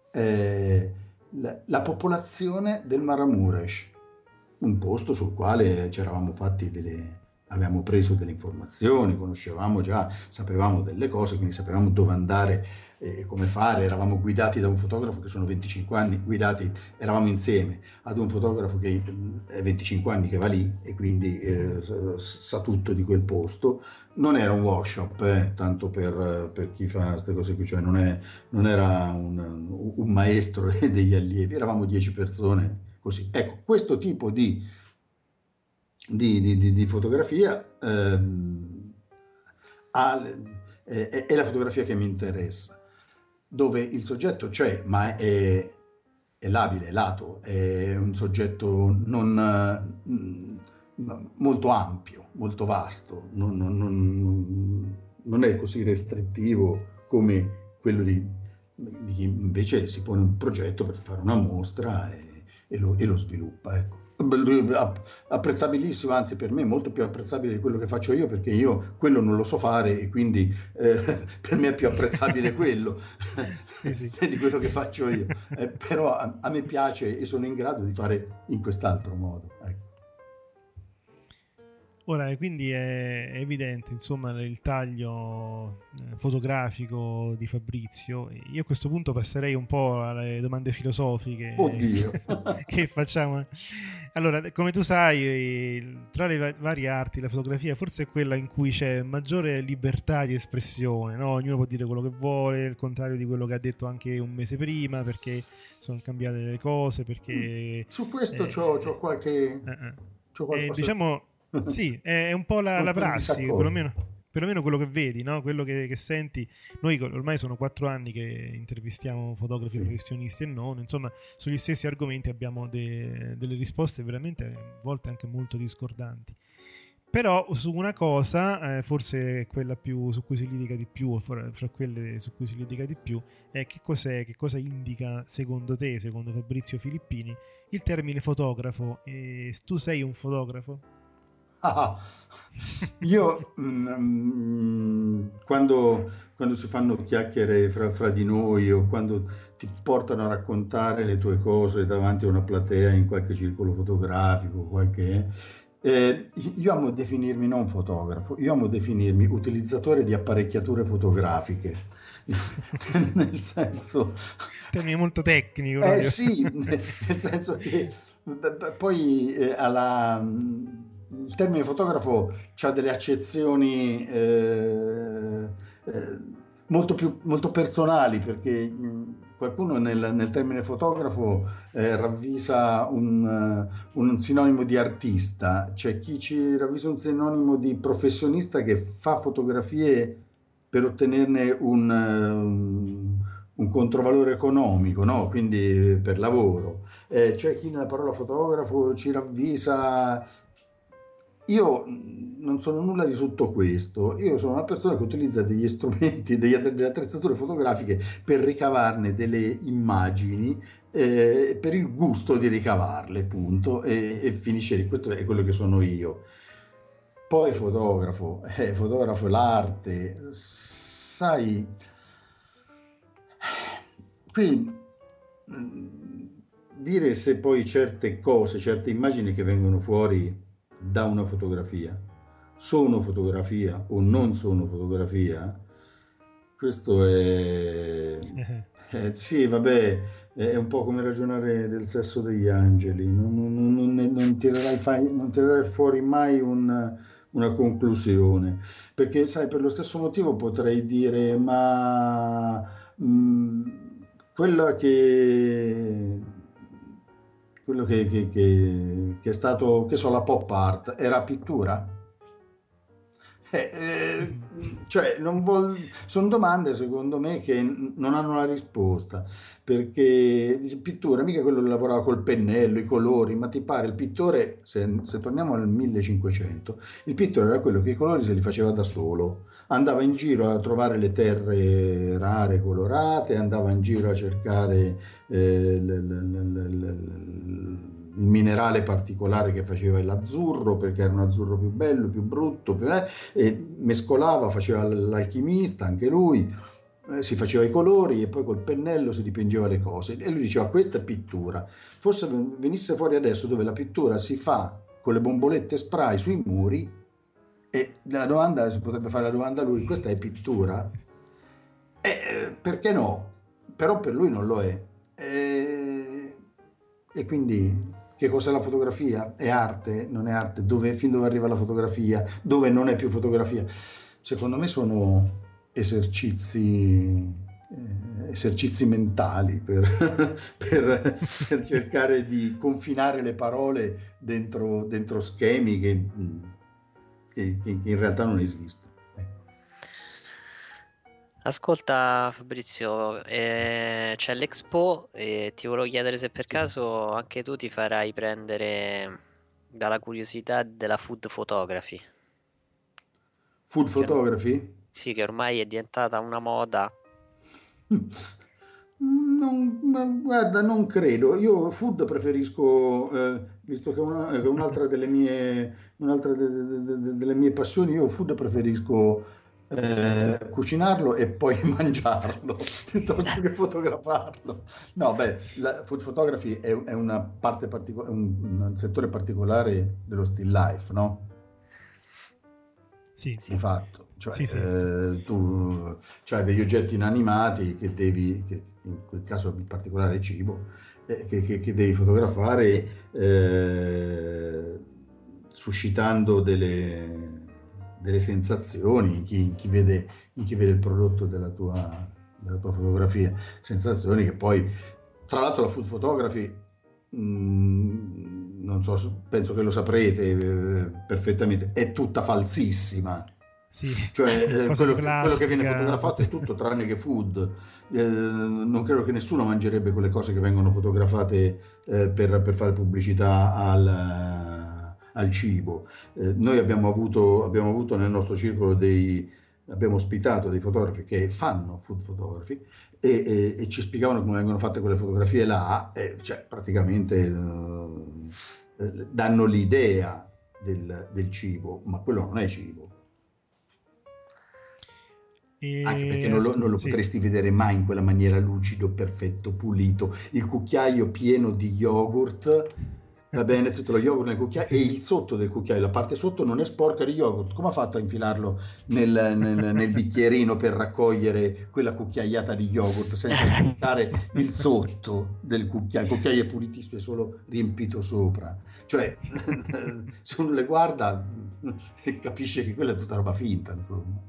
la popolazione del Maramuresh, un posto sul quale ci eravamo fatti avevamo preso delle informazioni, conoscevamo già, sapevamo delle cose, quindi sapevamo dove andare e come fare. Eravamo guidati da un fotografo che sono 25 anni, eravamo insieme ad un fotografo che è 25 anni che va lì e quindi sa tutto di quel posto. Non era un workshop, tanto per chi fa queste cose qui, cioè non era un maestro degli allievi, eravamo 10 persone così. Ecco, questo tipo di fotografia è la fotografia che mi interessa, dove il soggetto c'è, ma è labile, è lato, è un soggetto molto ampio, molto vasto, non è così restrittivo come quello di chi invece si pone un progetto per fare una mostra e lo sviluppa, ecco. Apprezzabilissimo, anzi per me molto più apprezzabile di quello che faccio io, perché io quello non lo so fare e quindi per me è più apprezzabile quello sì. Di quello che faccio io, però a me piace e sono in grado di fare in quest'altro modo, ecco. Ora, quindi è evidente, insomma, il taglio fotografico di Fabrizio. Io a questo punto passerei un po' alle domande filosofiche. Oddio! Che facciamo. Allora, come tu sai, tra le varie arti, la fotografia forse è quella in cui c'è maggiore libertà di espressione, no? Ognuno può dire quello che vuole, il contrario di quello che ha detto anche un mese prima, perché sono cambiate le cose, perché... Su questo c'ho qualche... diciamo... Sì, è un po' la prassi, perlomeno quello che vedi, no? Quello che senti. Noi ormai sono 4 anni che intervistiamo fotografi professionisti e non, insomma, sugli stessi argomenti abbiamo delle risposte veramente a volte anche molto discordanti. Però su una cosa, forse è quella su cui si litiga di più, fra quelle su cui si litiga di più, è che cosa indica secondo te, secondo Fabrizio Filippini, il termine fotografo. E tu sei un fotografo? Ah, io quando si fanno chiacchiere fra di noi o quando ti portano a raccontare le tue cose davanti a una platea in qualche circolo fotografico, io amo definirmi non fotografo, io amo definirmi utilizzatore di apparecchiature fotografiche. Nel senso, termine molto tecnico proprio. sì, nel senso che poi il termine fotografo ha delle accezioni molto personali, perché qualcuno nel termine fotografo ravvisa un sinonimo di artista, c'è chi ci ravvisa un sinonimo di professionista che fa fotografie per ottenerne un controvalore economico, no? Quindi per lavoro. C'è chi nella parola fotografo ci ravvisa. Io non sono nulla di tutto questo, io sono una persona che utilizza degli strumenti, delle attrezzature fotografiche per ricavarne delle immagini, per il gusto di ricavarle, punto, e finisce lì. Questo è quello che sono io. Poi fotografo l'arte, sai, qui dire se poi certe cose, certe immagini che vengono fuori da una fotografia sono fotografia o non sono fotografia, questo sì, vabbè, è un po' come ragionare del sesso degli angeli, non tirerai fuori mai una conclusione, perché sai, per lo stesso motivo potrei dire, ma quello che è stato, che so, la pop art era pittura? Cioè, sono domande secondo me che non hanno una risposta, perché pittura mica quello che lavorava col pennello, i colori, ma ti pare il pittore, se torniamo al 1500, il pittore era quello che i colori se li faceva da solo, andava in giro a trovare le terre rare colorate, andava in giro a cercare il minerale particolare che faceva l'azzurro, perché era un azzurro più bello, più brutto, e mescolava, faceva l'alchimista anche lui, si faceva i colori e poi col pennello si dipingeva le cose, e lui diceva questa è pittura. Forse venisse fuori adesso dove la pittura si fa con le bombolette spray sui muri, e la domanda, si potrebbe fare la domanda a lui, questa è pittura? Perché no? Però per lui non lo è. E quindi che cos'è la fotografia? È arte? Non è arte? Fin dove arriva la fotografia? Dove non è più fotografia? Secondo me sono esercizi mentali per cercare di confinare le parole dentro schemi che in realtà non esistono. Ascolta Fabrizio, c'è l'Expo e ti volevo chiedere se per caso anche tu ti farai prendere dalla curiosità della food photography. Food photography? Sì, che ormai è diventata una moda. Guarda, non credo. Io food preferisco, visto che è un'altra delle mie passioni, io food preferisco cucinarlo e poi mangiarlo piuttosto che fotografarlo. No, beh, la food photography è una parte particolare, un settore particolare dello still life, no? Sì. Di fatto. Cioè, Sì. tu hai degli oggetti inanimati che in quel caso in particolare cibo, che devi fotografare, suscitando delle sensazioni in chi vede il prodotto della tua fotografia, sensazioni che poi, tra l'altro, la food photography, non so, penso che lo saprete perfettamente, è tutta falsissima. Sì, cioè quello che viene fotografato è tutto tranne che food. Non credo che nessuno mangerebbe quelle cose che vengono fotografate per fare pubblicità al cibo. Noi abbiamo avuto nel nostro circolo abbiamo ospitato dei fotografi che fanno food photography e ci spiegavano come vengono fatte quelle fotografie là, cioè praticamente danno l'idea del cibo, ma quello non è cibo. Anche perché non lo sì. potresti vedere mai in quella maniera lucido, perfetto, pulito. Il cucchiaio pieno di yogurt, va bene, tutto lo yogurt nel cucchiaio e il sotto del cucchiaio, la parte sotto non è sporca di yogurt. Come ha fatto a infilarlo nel bicchierino per raccogliere quella cucchiaiata di yogurt senza sporcare il sotto del cucchiaio? Il cucchiaio è pulitissimo, è solo riempito sopra. Cioè, se uno le guarda, capisce che quella è tutta roba finta, insomma.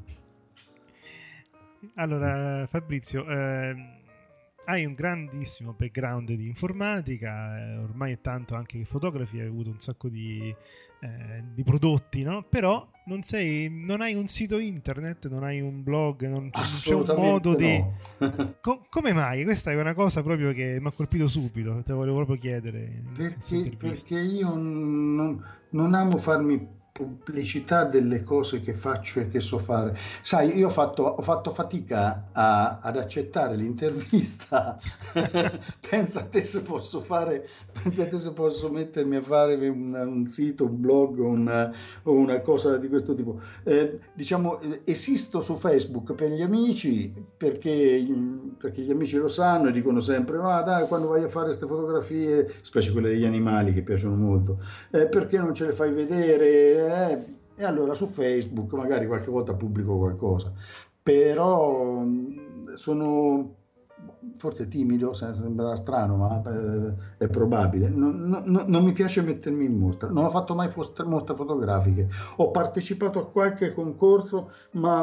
Allora, Fabrizio, hai un grandissimo background di informatica, ormai è tanto anche che fotografi, hai avuto un sacco di prodotti, no? Però non hai un sito internet, non hai un blog, non c'è un modo di... come mai? Questa è una cosa proprio che mi ha colpito subito, te volevo proprio chiedere. Perché io non amo farmi pubblicità delle cose che faccio e che so fare. Sai, io ho fatto fatica ad accettare l'intervista. Pensa a te se posso mettermi a fare un sito, un blog o una cosa di questo tipo. Diciamo, esisto su Facebook per gli amici perché gli amici lo sanno e dicono sempre: ma dai, quando vai a fare queste fotografie, specie quelle degli animali che piacciono molto, perché non ce le fai vedere? E allora su Facebook magari qualche volta pubblico qualcosa, però sono forse timido, sembra strano, ma è probabile. Non mi piace mettermi in mostra, non ho fatto mai mostre fotografiche, ho partecipato a qualche concorso, ma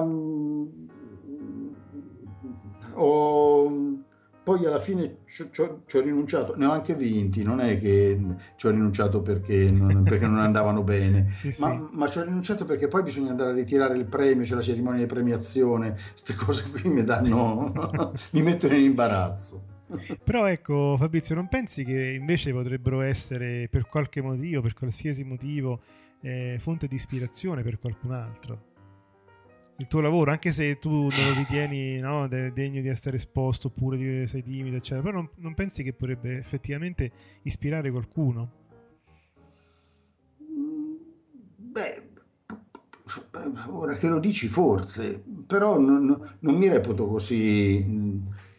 poi alla fine ci ho rinunciato, ne ho anche vinti, non è che ci ho rinunciato perché non andavano bene, sì. Ma ci ho rinunciato perché poi bisogna andare a ritirare il premio, c'è la cerimonia di premiazione, queste cose qui mi mettono in imbarazzo. Però ecco, Fabrizio, non pensi che invece potrebbero essere, per qualche motivo, per qualsiasi motivo, fonte di ispirazione per qualcun altro? Il tuo lavoro, anche se tu non lo ritieni, no, degno di essere esposto, oppure sei timido, eccetera, però non pensi che potrebbe effettivamente ispirare qualcuno? Beh, ora che lo dici forse, però non mi reputo così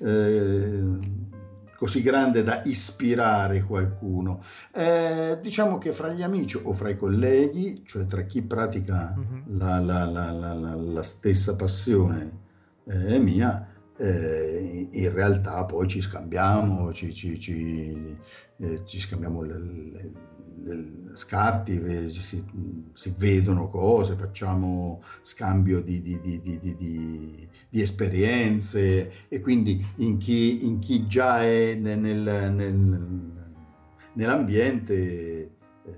grande da ispirare qualcuno. Diciamo che fra gli amici o fra i colleghi, cioè tra chi pratica la stessa passione mia, in realtà poi ci scambiamo, ci scambiamo le scatti, si vedono cose, facciamo scambio di esperienze, e quindi in chi già è nell'ambiente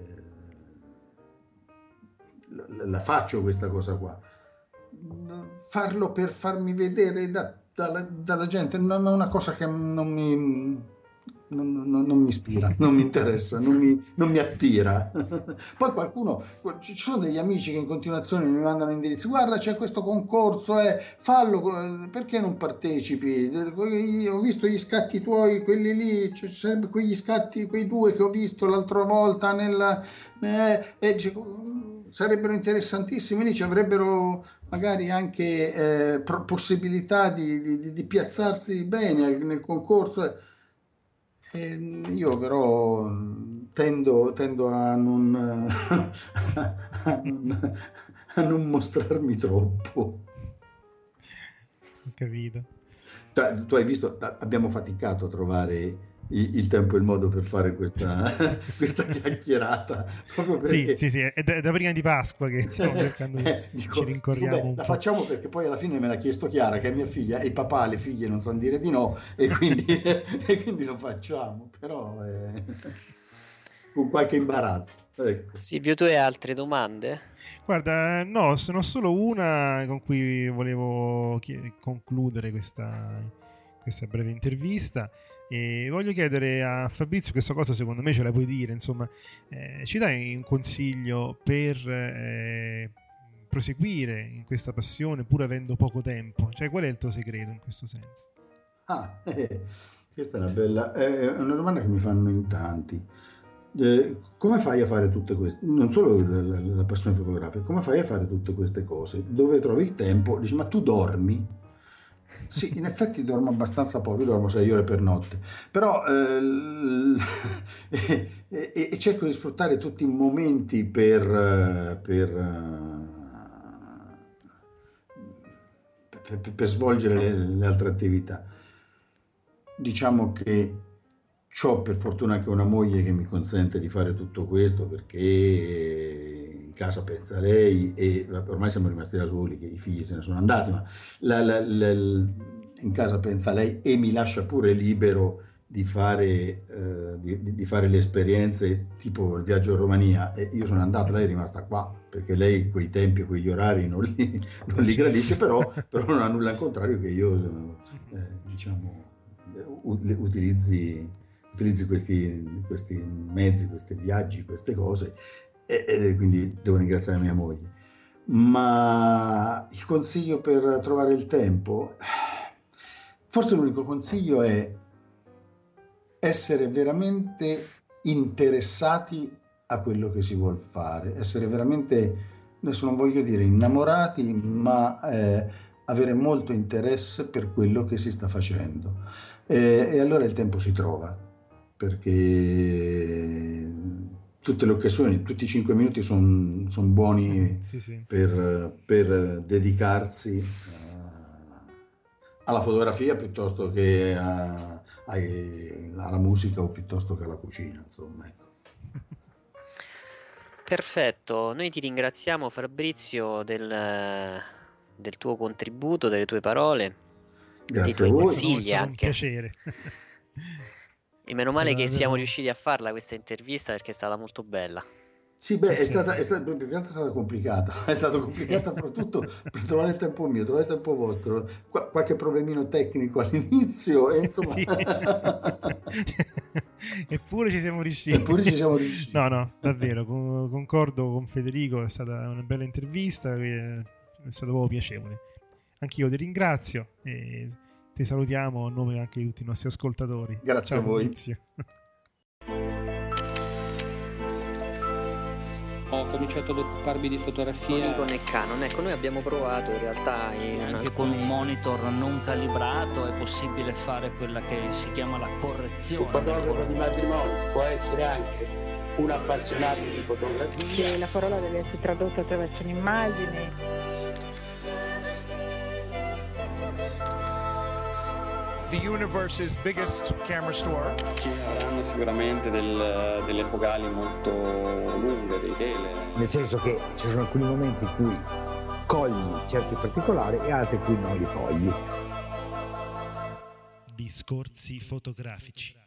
la faccio questa cosa qua. Farlo per farmi vedere dalla gente non è una cosa che non mi ispira, non mi interessa, non mi attira. Poi ci sono degli amici che in continuazione mi mandano indirizzi: guarda, c'è questo concorso, fallo, perché non partecipi? Ho visto gli scatti tuoi, quelli lì, sarebbe quegli scatti, quei 2 che ho visto l'altra volta sarebbero interessantissimi, lì ci avrebbero magari anche possibilità di piazzarsi bene nel concorso. Io però tendo a non mostrarmi troppo. Ho capito. Tu hai visto, abbiamo faticato a trovare il tempo e il modo per fare questa chiacchierata, proprio perché sì, è da prima di Pasqua che stiamo cercando ci rincorriamo un po'. La facciamo perché poi alla fine me l'ha chiesto Chiara, che è mia figlia, e il papà alle figlie non sanno dire di no, e quindi lo facciamo, però con qualche imbarazzo, ecco. Silvio, tu hai altre domande? Guarda, no, sono solo una con cui volevo concludere questa breve intervista. E voglio chiedere a Fabrizio, questa cosa secondo me ce la puoi dire, insomma, ci dai un consiglio per proseguire in questa passione pur avendo poco tempo? Cioè, qual è il tuo segreto in questo senso? Questa è una domanda che mi fanno in tanti. Come fai a fare tutte queste, non solo la passione fotografica, come fai a fare tutte queste cose? Dove trovi il tempo? Dici, ma tu dormi? Sì, in effetti dormo abbastanza poco, io dormo 6 ore per notte, però e cerco di sfruttare tutti i momenti per svolgere le altre attività. Diciamo che c'ho per fortuna anche una moglie che mi consente di fare tutto questo, perché in casa pensa lei e ormai siamo rimasti da soli, che i figli se ne sono andati, ma in casa pensa lei e mi lascia pure libero di fare le esperienze, tipo il viaggio in Romania, e io sono andato, lei è rimasta qua perché lei quei tempi e quegli orari non li gradisce, però non ha nulla al contrario che io diciamo utilizzi questi mezzi, questi viaggi, queste cose, e quindi devo ringraziare mia moglie. Ma il consiglio per trovare il tempo, forse l'unico consiglio è essere veramente interessati a quello che si vuol fare, essere veramente, adesso non voglio dire innamorati, ma avere molto interesse per quello che si sta facendo, e allora il tempo si trova, perché tutte le occasioni, tutti i 5 minuti sono buoni sì. per dedicarsi alla fotografia piuttosto che alla musica o piuttosto che alla cucina, insomma, ecco. Perfetto, noi ti ringraziamo Fabrizio del tuo contributo, delle tue parole, dei tuoi consigli anche. Un piacere. E meno male che siamo riusciti a farla questa intervista, perché è stata molto bella. Sì, beh, è stata complicata, è stata complicata soprattutto per trovare il tempo mio, trovare il tempo vostro, qualche problemino tecnico all'inizio, e insomma... Sì. Eppure ci siamo riusciti. No, davvero, concordo con Federico, è stata una bella intervista, è stato proprio piacevole. Anch'io ti ringrazio e ti salutiamo a nome anche di tutti i nostri ascoltatori. Grazie. Ciao, a voi. Maurizio. Ho cominciato ad occuparmi di fotografia con il Canon. Ecco, noi abbiamo provato in realtà anche con un monitor non calibrato è possibile fare quella che si chiama la correzione. Un fotografo di matrimonio può essere anche un appassionato di fotografia. E la parola deve essere tradotta attraverso un'immagine. The universe's biggest camera store. Ci avranno sicuramente delle focali molto lunghe, dei tele. Nel senso che ci sono alcuni momenti in cui cogli certi particolari e altri in cui non li cogli. Discorsi fotografici.